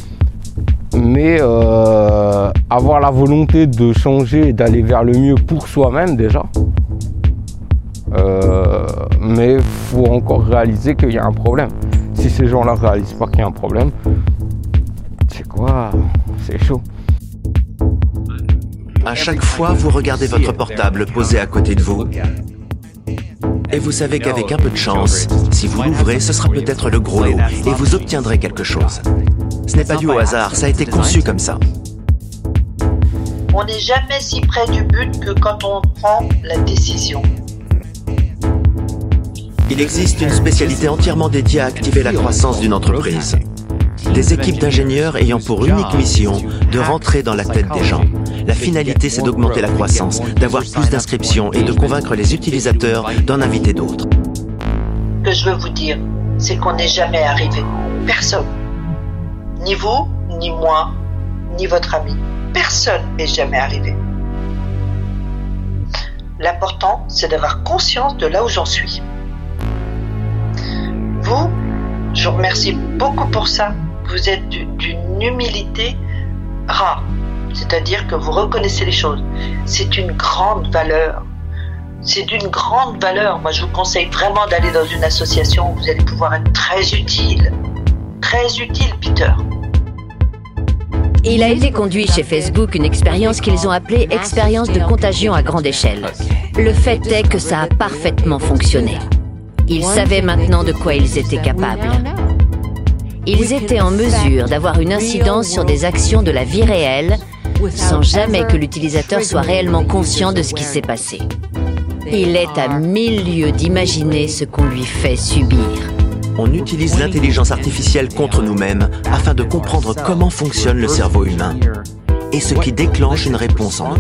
Speaker 1: Mais euh, avoir la volonté de changer et d'aller vers le mieux pour soi-même déjà. Euh, mais il faut encore réaliser qu'il y a un problème. Si ces gens-là ne réalisent pas qu'il y a un problème, c'est quoi? C'est chaud.
Speaker 3: À chaque fois, vous regardez votre portable posé à côté de vous. Et vous savez qu'avec un peu de chance, si vous l'ouvrez, ce sera peut-être le gros lot et vous obtiendrez quelque chose. Ce n'est pas dû au hasard, ça a été conçu comme ça.
Speaker 13: On n'est jamais si près du but que quand on prend la décision.
Speaker 3: Il existe une spécialité entièrement dédiée à activer la croissance d'une entreprise. Des équipes d'ingénieurs ayant pour unique mission de rentrer dans la tête des gens. La finalité, c'est d'augmenter la croissance, d'avoir plus d'inscriptions et de convaincre les utilisateurs d'en inviter d'autres.
Speaker 13: Ce que je veux vous dire, c'est qu'on n'est jamais arrivé. Personne. Ni vous, ni moi, ni votre ami. Personne n'est jamais arrivé. L'important, c'est d'avoir conscience de là où j'en suis. Vous, je vous remercie beaucoup pour ça. Vous êtes d'une humilité rare. C'est-à-dire que vous reconnaissez les choses. C'est une grande valeur. C'est d'une grande valeur. Moi, je vous conseille vraiment d'aller dans une association où vous allez pouvoir être très utile. Très utile, Peter.
Speaker 2: Il a été conduit chez Facebook une expérience qu'ils ont appelée expérience de contagion à grande échelle. Le fait est que ça a parfaitement fonctionné. Ils savaient maintenant de quoi ils étaient capables. Ils étaient en mesure d'avoir une incidence sur des actions de la vie réelle sans jamais que l'utilisateur soit réellement conscient de ce qui s'est passé. Il est à mille lieues d'imaginer ce qu'on lui fait subir.
Speaker 3: On utilise l'intelligence artificielle contre nous-mêmes afin de comprendre comment fonctionne le cerveau humain et ce qui déclenche une réponse en nous.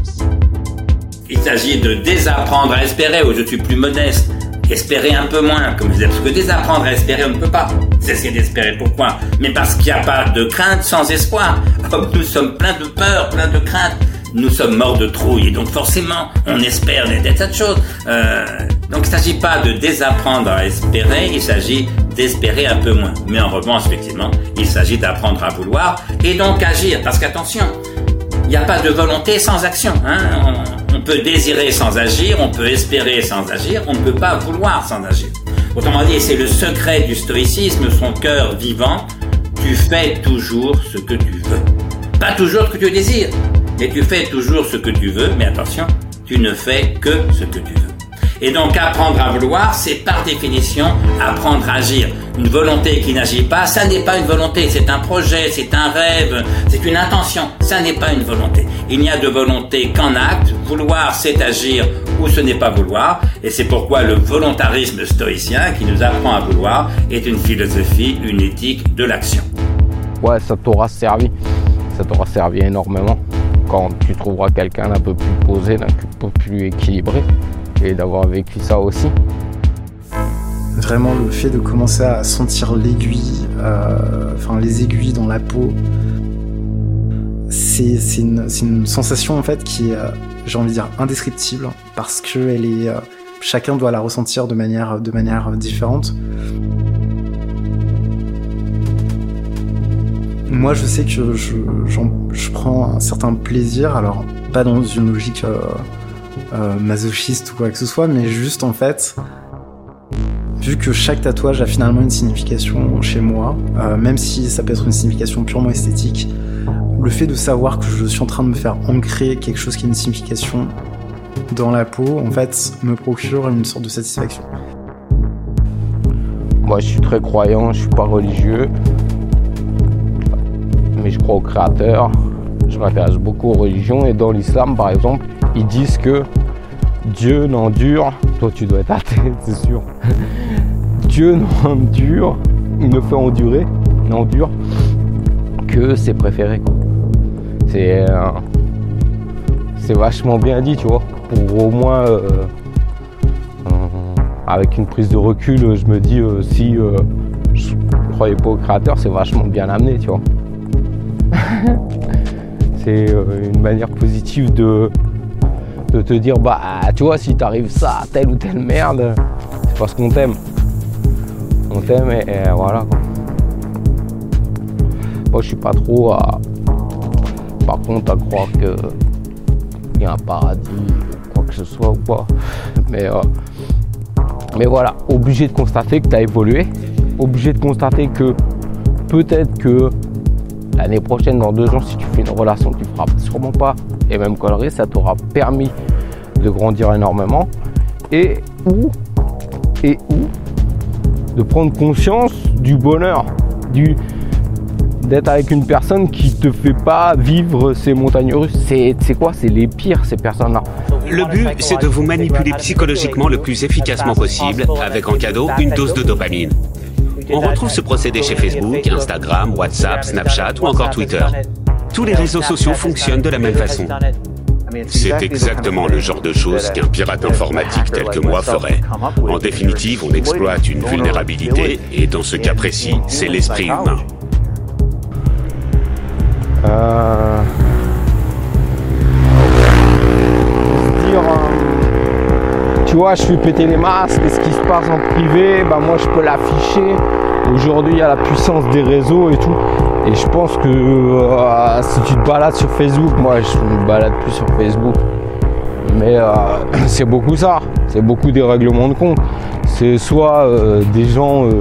Speaker 18: Il s'agit de désapprendre à espérer, ou je suis plus modeste, espérer un peu moins, comme je disais, parce que désapprendre à espérer, on ne peut pas cesser d'espérer. Pourquoi? Mais parce qu'il n'y a pas de crainte sans espoir. Comme nous sommes pleins de peur, pleins de crainte, nous sommes morts de trouille, et donc forcément, on espère des tas de choses. Euh, donc il ne s'agit pas de désapprendre à espérer, il s'agit d'espérer un peu moins. Mais en revanche, effectivement, il s'agit d'apprendre à vouloir, et donc agir, parce qu'attention, il n'y a pas de volonté sans action. Hein. On, on peut désirer sans agir, on peut espérer sans agir, on ne peut pas vouloir sans agir. Autrement dit, c'est le secret du stoïcisme, son cœur vivant, tu fais toujours ce que tu veux. Pas toujours ce que tu désires, mais tu fais toujours ce que tu veux, mais attention, tu ne fais que ce que tu veux. Et donc apprendre à vouloir, c'est par définition apprendre à agir. Une volonté qui n'agit pas, ça n'est pas une volonté, c'est un projet, c'est un rêve, c'est une intention, ça n'est pas une volonté. Il n'y a de volonté qu'en acte, vouloir c'est agir ou ce n'est pas vouloir, et c'est pourquoi le volontarisme stoïcien qui nous apprend à vouloir est une philosophie, une éthique de l'action.
Speaker 1: Ouais, ça t'aura servi, ça t'aura servi énormément quand tu trouveras quelqu'un d'un peu plus posé, d'un peu plus équilibré. Et d'avoir vécu ça aussi.
Speaker 19: Vraiment, le fait de commencer à sentir l'aiguille, euh, enfin les aiguilles dans la peau, c'est, c'est, une, c'est une sensation en fait qui est, euh, j'ai envie de dire, indescriptible, parce que elle est, euh, chacun doit la ressentir de manière, de manière différente. Moi, je sais que je, j'en, je prends un certain plaisir, alors pas dans une logique euh, Euh, masochiste ou quoi que ce soit, mais juste en fait, vu que chaque tatouage a finalement une signification chez moi, euh, même si ça peut être une signification purement esthétique, le fait de savoir que je suis en train de me faire ancrer quelque chose qui a une signification dans la peau, en fait, me procure une sorte de satisfaction.
Speaker 1: Moi, je suis très croyant, je suis pas religieux, mais je crois au Créateur. Je m'intéresse beaucoup aux religions, et dans l'islam, par exemple, ils disent que Dieu n'endure, toi tu dois être athée, c'est sûr. Dieu n'endure, il ne fait endurer, n'endure que ses préférés, quoi. C'est, euh, c'est vachement bien dit, tu vois. Pour au moins, euh, euh, avec une prise de recul, je me dis euh, si euh, je croyais pas au Créateur, c'est vachement bien amené, tu vois. C'est euh, une manière positive de de te dire, bah tu vois, si t'arrives ça, telle ou telle merde, c'est parce qu'on t'aime. On t'aime et, et voilà, quoi. Moi je suis pas trop à, par contre, à croire que il y a un paradis ou quoi que ce soit ou quoi. Mais, euh, mais voilà, obligé de constater que t'as évolué, obligé de constater que peut-être que l'année prochaine, dans deux ans, si tu fais une relation, tu ne feras sûrement pas les mêmes conneries, ça t'aura permis de grandir énormément. Et ou, et ou de prendre conscience du bonheur, du, d'être avec une personne qui te fait pas vivre ces montagnes russes. C'est, c'est quoi? C'est les pires, ces personnes-là.
Speaker 17: Le but, c'est de vous manipuler psychologiquement le plus efficacement possible, avec en cadeau une dose de dopamine. On retrouve ce procédé chez Facebook, Instagram, WhatsApp, Snapchat ou encore Twitter. Tous les réseaux sociaux fonctionnent de la même façon.
Speaker 20: C'est exactement le genre de choses qu'un pirate informatique tel que moi ferait. En définitive, on exploite une vulnérabilité, et dans ce cas précis, c'est l'esprit humain.
Speaker 1: Euh... Dire, euh... tu vois, je fais péter les masques, et ce qui se passe en privé, bah moi je peux l'afficher. Aujourd'hui, il y a la puissance des réseaux et tout. Et je pense que euh, si tu te balades sur Facebook, moi je me balade plus sur Facebook, mais euh, c'est beaucoup ça, c'est beaucoup des règlements de compte. C'est soit euh, des gens euh,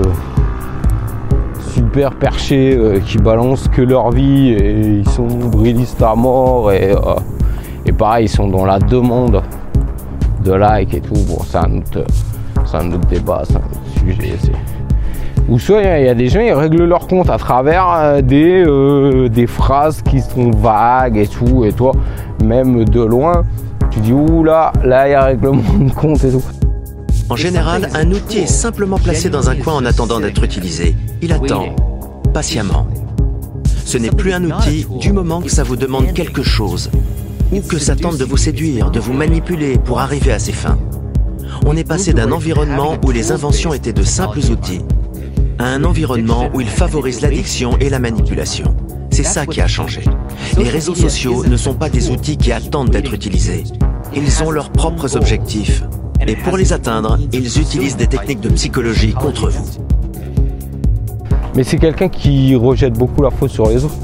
Speaker 1: super perchés euh, qui balancent que leur vie et ils sont brillistes à mort et, euh, et pareil, ils sont dans la demande de likes et tout. Bon, c'est un autre, c'est un autre débat, c'est un autre sujet. C'est... Ou soit il y a des gens, ils règlent leur compte à travers des, euh, des phrases qui sont vagues et tout. Et toi, même de loin, tu dis ouh là, là il y a règlement de compte et tout.
Speaker 3: En général, un outil est simplement placé dans un coin en attendant d'être utilisé. Il attend, patiemment. Ce n'est plus un outil du moment que ça vous demande quelque chose, ou que ça tente de vous séduire, de vous manipuler pour arriver à ses fins. On est passé d'un environnement où les inventions étaient de simples outils, à un environnement où il favorise l'addiction et la manipulation. C'est ça qui a changé. Les réseaux sociaux ne sont pas des outils qui attendent d'être utilisés. Ils ont leurs propres objectifs. Et pour les atteindre, ils utilisent des techniques de psychologie contre vous.
Speaker 1: Mais c'est quelqu'un qui rejette beaucoup la faute sur les autres.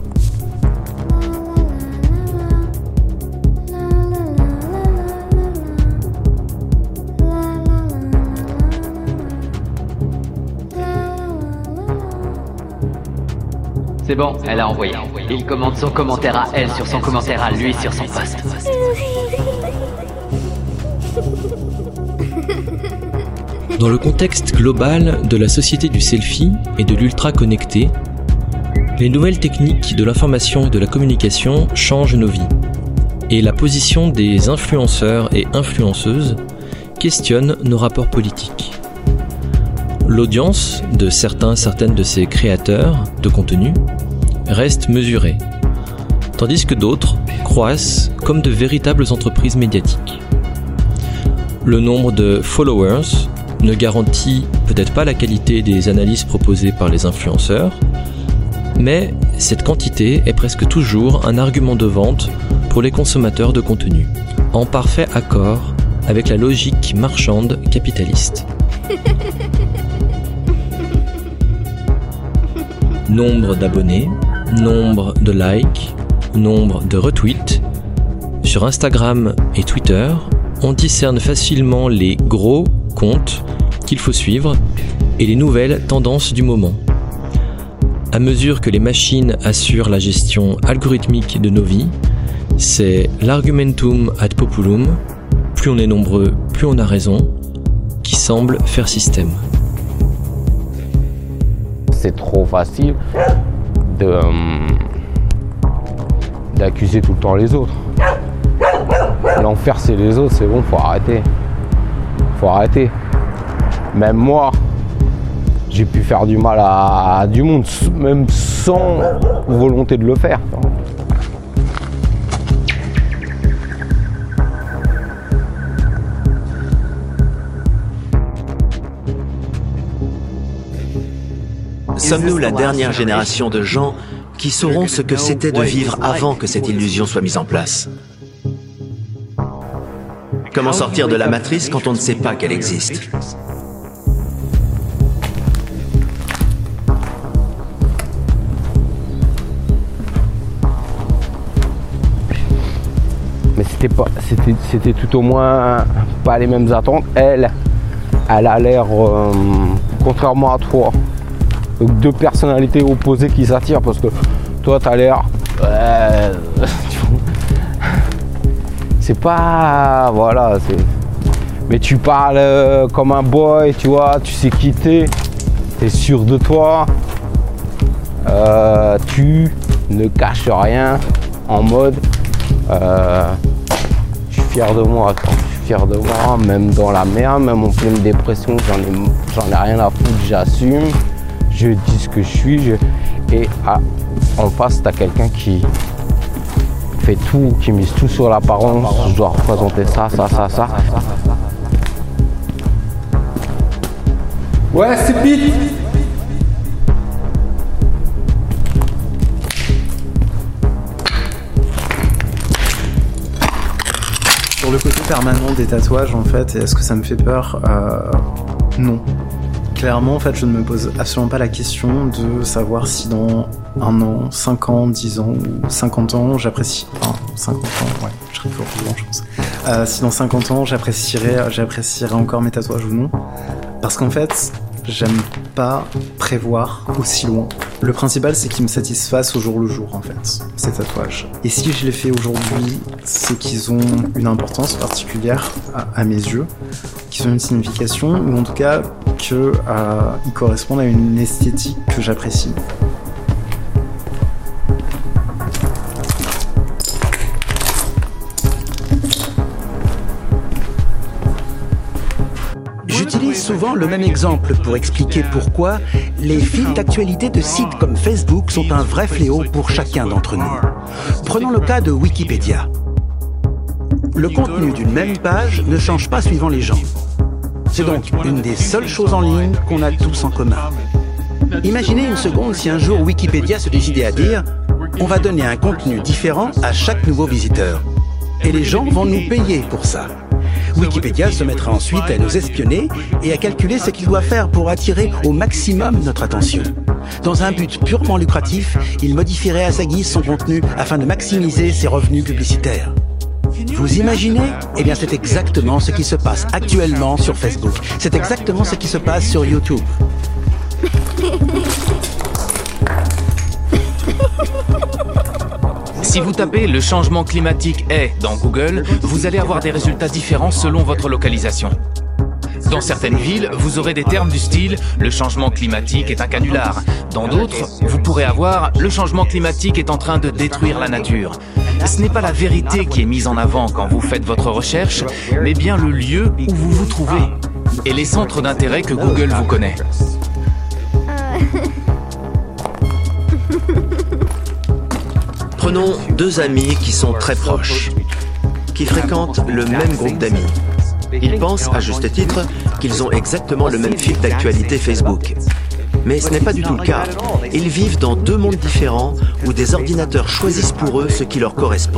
Speaker 21: C'est bon, elle a envoyé. Il commente son commentaire à elle sur son commentaire à lui sur son post.
Speaker 7: Dans le contexte global de la société du selfie et de l'ultra-connecté, les nouvelles techniques de l'information et de la communication changent nos vies. Et la position des influenceurs et influenceuses questionne nos rapports politiques. L'audience de certains, certaines de ces créateurs de contenu reste mesurée, tandis que d'autres croissent comme de véritables entreprises médiatiques. Le nombre de followers ne garantit peut-être pas la qualité des analyses proposées par les influenceurs, mais cette quantité est presque toujours un argument de vente pour les consommateurs de contenu, en parfait accord avec la logique marchande capitaliste. Nombre d'abonnés, nombre de likes, nombre de retweets. Sur Instagram et Twitter, on discerne facilement les gros comptes qu'il faut suivre et les nouvelles tendances du moment. À mesure que les machines assurent la gestion algorithmique de nos vies, c'est l'argumentum ad populum, plus on est nombreux, plus on a raison, qui semble faire système.
Speaker 1: C'est trop facile de, euh, d'accuser tout le temps les autres. L'enfer c'est les autres, c'est bon, faut arrêter. Faut arrêter. Même moi, j'ai pu faire du mal à, à du monde, même sans volonté de le faire.
Speaker 3: Sommes-nous la dernière génération de gens qui sauront ce que c'était de vivre avant que cette illusion soit mise en place? Comment sortir de la matrice quand on ne sait pas qu'elle existe?
Speaker 1: Mais c'était pas, c'était, c'était tout au moins pas les mêmes attentes. Elle, elle a l'air, euh, contrairement à toi, deux personnalités opposées qui s'attirent, parce que toi t'as l'air euh, c'est pas voilà c'est... mais tu parles euh, comme un boy, tu vois, tu sais qui t'es, t'es sûr de toi, euh, tu ne caches rien, en mode euh, tu fier de moi, quand je suis fier de moi, même dans la merde, même en pleine dépression, j'en ai, j'en ai rien à foutre, j'assume, je dis ce que je suis, je... et à, en face, t'as quelqu'un qui fait tout, qui mise tout sur l'apparence, je dois représenter ça, ça, ça, ça.
Speaker 4: Ouais, c'est Pete.
Speaker 19: Sur le côté permanent des tatouages, en fait, est-ce que ça me fait peur euh, Non. Clairement, en fait, je ne me pose absolument pas la question de savoir si dans un an, cinq ans, dix ans ou cinquante ans, j'apprécie... Enfin, cinquante ans, ouais, je serais fort blanc, je pense. Euh, si dans cinquante ans, j'apprécierais, j'apprécierais encore mes tatouages ou non. Parce qu'en fait, j'aime pas prévoir aussi loin. Le principal, c'est qu'ils me satisfassent au jour le jour, en fait, ces tatouages. Et si je les fais aujourd'hui, c'est qu'ils ont une importance particulière à, à mes yeux, qu'ils ont une signification, ou en tout cas qu'ils euh, correspondent à une esthétique que j'apprécie.
Speaker 22: J'utilise souvent le même exemple pour expliquer pourquoi les fils d'actualité de sites comme Facebook sont un vrai fléau pour chacun d'entre nous. Prenons le cas de Wikipédia. Le contenu d'une même page ne change pas suivant les gens. C'est donc une des seules choses en ligne qu'on a tous en commun. Imaginez une seconde si un jour Wikipédia se décidait à dire « On va donner un contenu différent à chaque nouveau visiteur. » Et les gens vont nous payer pour ça. Wikipédia se mettra ensuite à nous espionner et à calculer ce qu'il doit faire pour attirer au maximum notre attention. Dans un but purement lucratif, il modifierait à sa guise son contenu afin de maximiser ses revenus publicitaires. Vous imaginez ? Eh bien, c'est exactement ce qui se passe actuellement sur Facebook. C'est exactement ce qui se passe sur YouTube.
Speaker 8: Si vous tapez « le changement climatique est » dans Google, vous allez avoir des résultats différents selon votre localisation. Dans certaines villes, vous aurez des termes du style « le changement climatique est un canular ». Dans d'autres, vous pourrez avoir « le changement climatique est en train de détruire la nature ». Ce n'est pas la vérité qui est mise en avant quand vous faites votre recherche, mais bien le lieu où vous vous trouvez et les centres d'intérêt que Google vous connaît.
Speaker 3: Prenons deux amis qui sont très proches, qui fréquentent le même groupe d'amis. Ils pensent, à juste titre, qu'ils ont exactement le même fil d'actualité Facebook. Mais ce n'est pas du tout le cas. Ils vivent dans deux mondes différents où des ordinateurs choisissent pour eux ce qui leur correspond.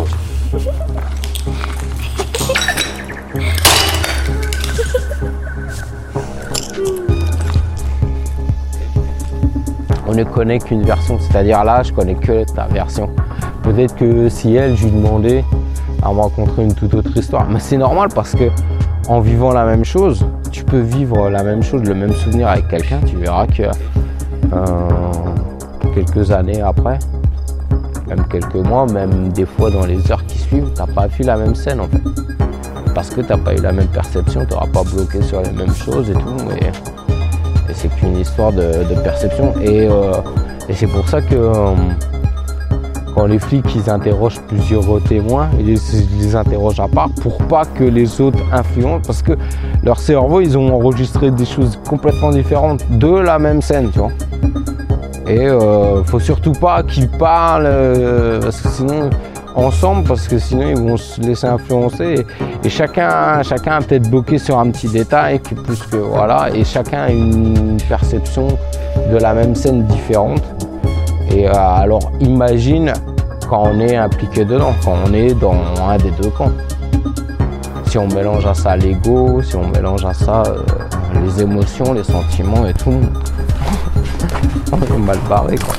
Speaker 1: On ne connaît qu'une version, c'est-à-dire là, je connais que ta version. Peut-être que si elle, je lui demandais à me rencontrer une toute autre histoire. Mais c'est normal parce que en vivant la même chose, tu peux vivre la même chose, le même souvenir avec quelqu'un. Tu verras que euh, quelques années après, même quelques mois, même des fois dans les heures qui suivent, tu n'as pas vu la même scène en fait. Parce que tu n'as pas eu la même perception, tu n'auras pas bloqué sur les mêmes choses et tout. Et, et c'est qu'une histoire de, de perception. Et, euh, et c'est pour ça que euh, quand les flics ils interrogent plusieurs témoins, ils les, ils les interrogent à part pour pas que les autres influencent, parce que leur cerveau, ils ont enregistré des choses complètement différentes de la même scène, tu vois. Et euh, faut surtout pas qu'ils parlent, euh, parce que sinon, ensemble, parce que sinon ils vont se laisser influencer. Et, et chacun, chacun a peut-être bloqué sur un petit détail, que plus que voilà, et chacun a une perception de la même scène différente. Et euh, alors imagine quand on est impliqué dedans, quand on est dans un des deux camps. Si on mélange à ça l'ego, si on mélange à ça euh, les émotions, les sentiments et tout, on est mal barré quoi.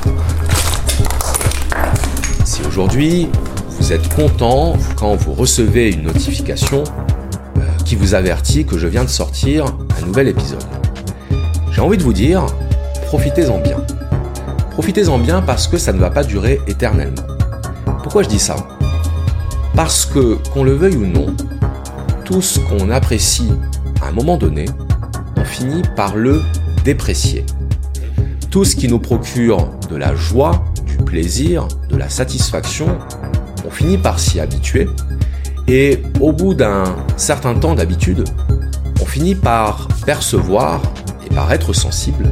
Speaker 23: Si aujourd'hui vous êtes content quand vous recevez une notification euh, qui vous avertit que je viens de sortir un nouvel épisode, j'ai envie de vous dire, profitez-en bien. Profitez-en bien parce que ça ne va pas durer éternellement. Pourquoi je dis ça ? Parce que, qu'on le veuille ou non, tout ce qu'on apprécie à un moment donné, on finit par le déprécier. Tout ce qui nous procure de la joie, du plaisir, de la satisfaction, on finit par s'y habituer Et au bout d'un certain temps d'habitude, on finit par percevoir et par être sensible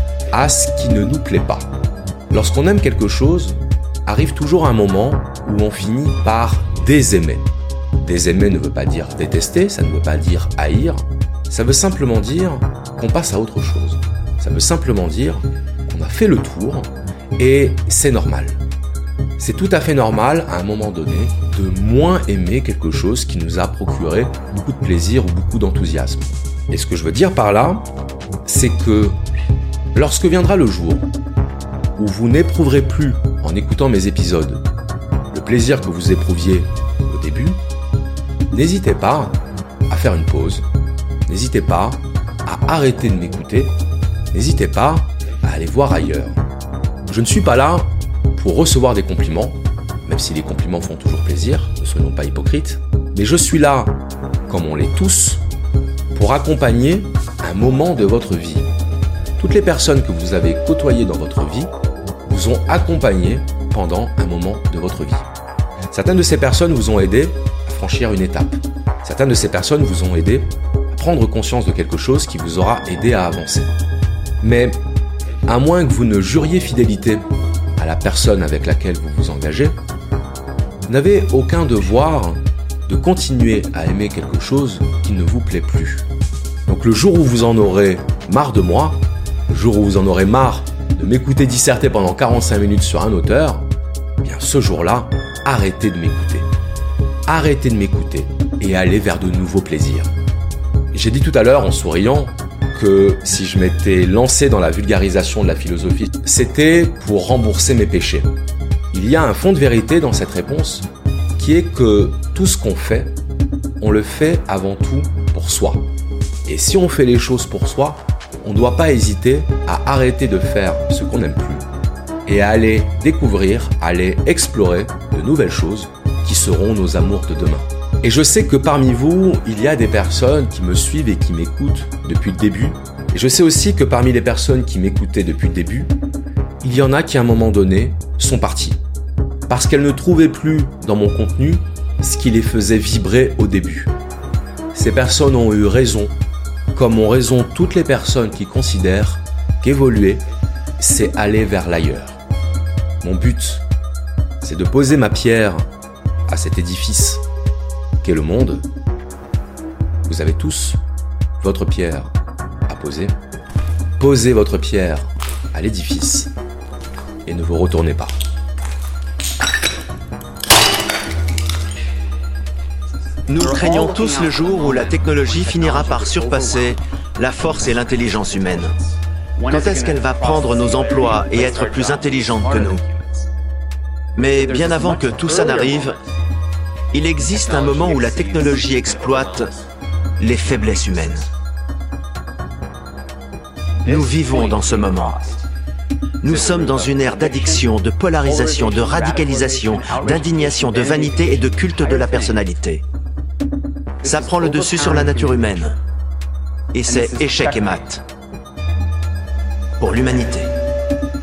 Speaker 23: à ce qui ne nous plaît pas. Lorsqu'on aime quelque chose, arrive toujours un moment où on finit par désaimer. Désaimer ne veut pas dire détester, ça ne veut pas dire haïr, ça veut simplement dire qu'on passe à autre chose. Ça veut simplement dire qu'on a fait le tour et c'est normal. C'est tout à fait normal à un moment donné de moins aimer quelque chose qui nous a procuré beaucoup de plaisir ou beaucoup d'enthousiasme. Et ce que je veux dire par là, c'est que lorsque viendra le jour où vous n'éprouverez plus en écoutant mes épisodes le plaisir que vous éprouviez au début, n'hésitez pas à faire une pause, n'hésitez pas à arrêter de m'écouter, n'hésitez pas à aller voir ailleurs. Je ne suis pas là pour recevoir des compliments, même si les compliments font toujours plaisir, ne soyons pas hypocrites, mais je suis là, comme on l'est tous, pour accompagner un moment de votre vie. Toutes les personnes que vous avez côtoyées dans votre vie vous ont accompagné pendant un moment de votre vie. Certaines de ces personnes vous ont aidé à franchir une étape. Certaines de ces personnes vous ont aidé à prendre conscience de quelque chose qui vous aura aidé à avancer. Mais à moins que vous ne juriez fidélité à la personne avec laquelle vous vous engagez, vous n'avez aucun devoir de continuer à aimer quelque chose qui ne vous plaît plus. Donc le jour où vous en aurez marre de moi, le jour où vous en aurez marre de m'écouter disserter pendant quarante-cinq minutes sur un auteur, eh bien ce jour-là, arrêtez de m'écouter. Arrêtez de m'écouter et allez vers de nouveaux plaisirs. J'ai dit tout à l'heure en souriant que si je m'étais lancé dans la vulgarisation de la philosophie, c'était pour rembourser mes péchés. Il y a un fond de vérité dans cette réponse qui est que tout ce qu'on fait, on le fait avant tout pour soi. Et si on fait les choses pour soi, on ne doit pas hésiter à arrêter de faire ce qu'on n'aime plus et à aller découvrir, aller explorer de nouvelles choses qui seront nos amours de demain. Et je sais que parmi vous, il y a des personnes qui me suivent et qui m'écoutent depuis le début. Et je sais aussi que parmi les personnes qui m'écoutaient depuis le début, il y en a qui à un moment donné sont parties. Parce qu'elles ne trouvaient plus dans mon contenu ce qui les faisait vibrer au début. Ces personnes ont eu raison, comme ont raison toutes les personnes qui considèrent qu'évoluer, c'est aller vers l'ailleurs. Mon but, c'est de poser ma pierre à cet édifice qu'est le monde. Vous avez tous votre pierre à poser. Posez votre pierre à l'édifice et ne vous retournez pas.
Speaker 3: Nous craignons tous le jour où la technologie finira par surpasser la force et l'intelligence humaine. Quand est-ce qu'elle va prendre nos emplois et être plus intelligente que nous? Mais bien avant que tout ça n'arrive, il existe un moment où la technologie exploite les faiblesses humaines. Nous vivons dans ce moment. Nous sommes dans une ère d'addiction, de polarisation, de radicalisation, d'indignation, de vanité et de culte de la personnalité. Ça prend le dessus sur la nature humaine. Et c'est échec et mat. Pour l'humanité.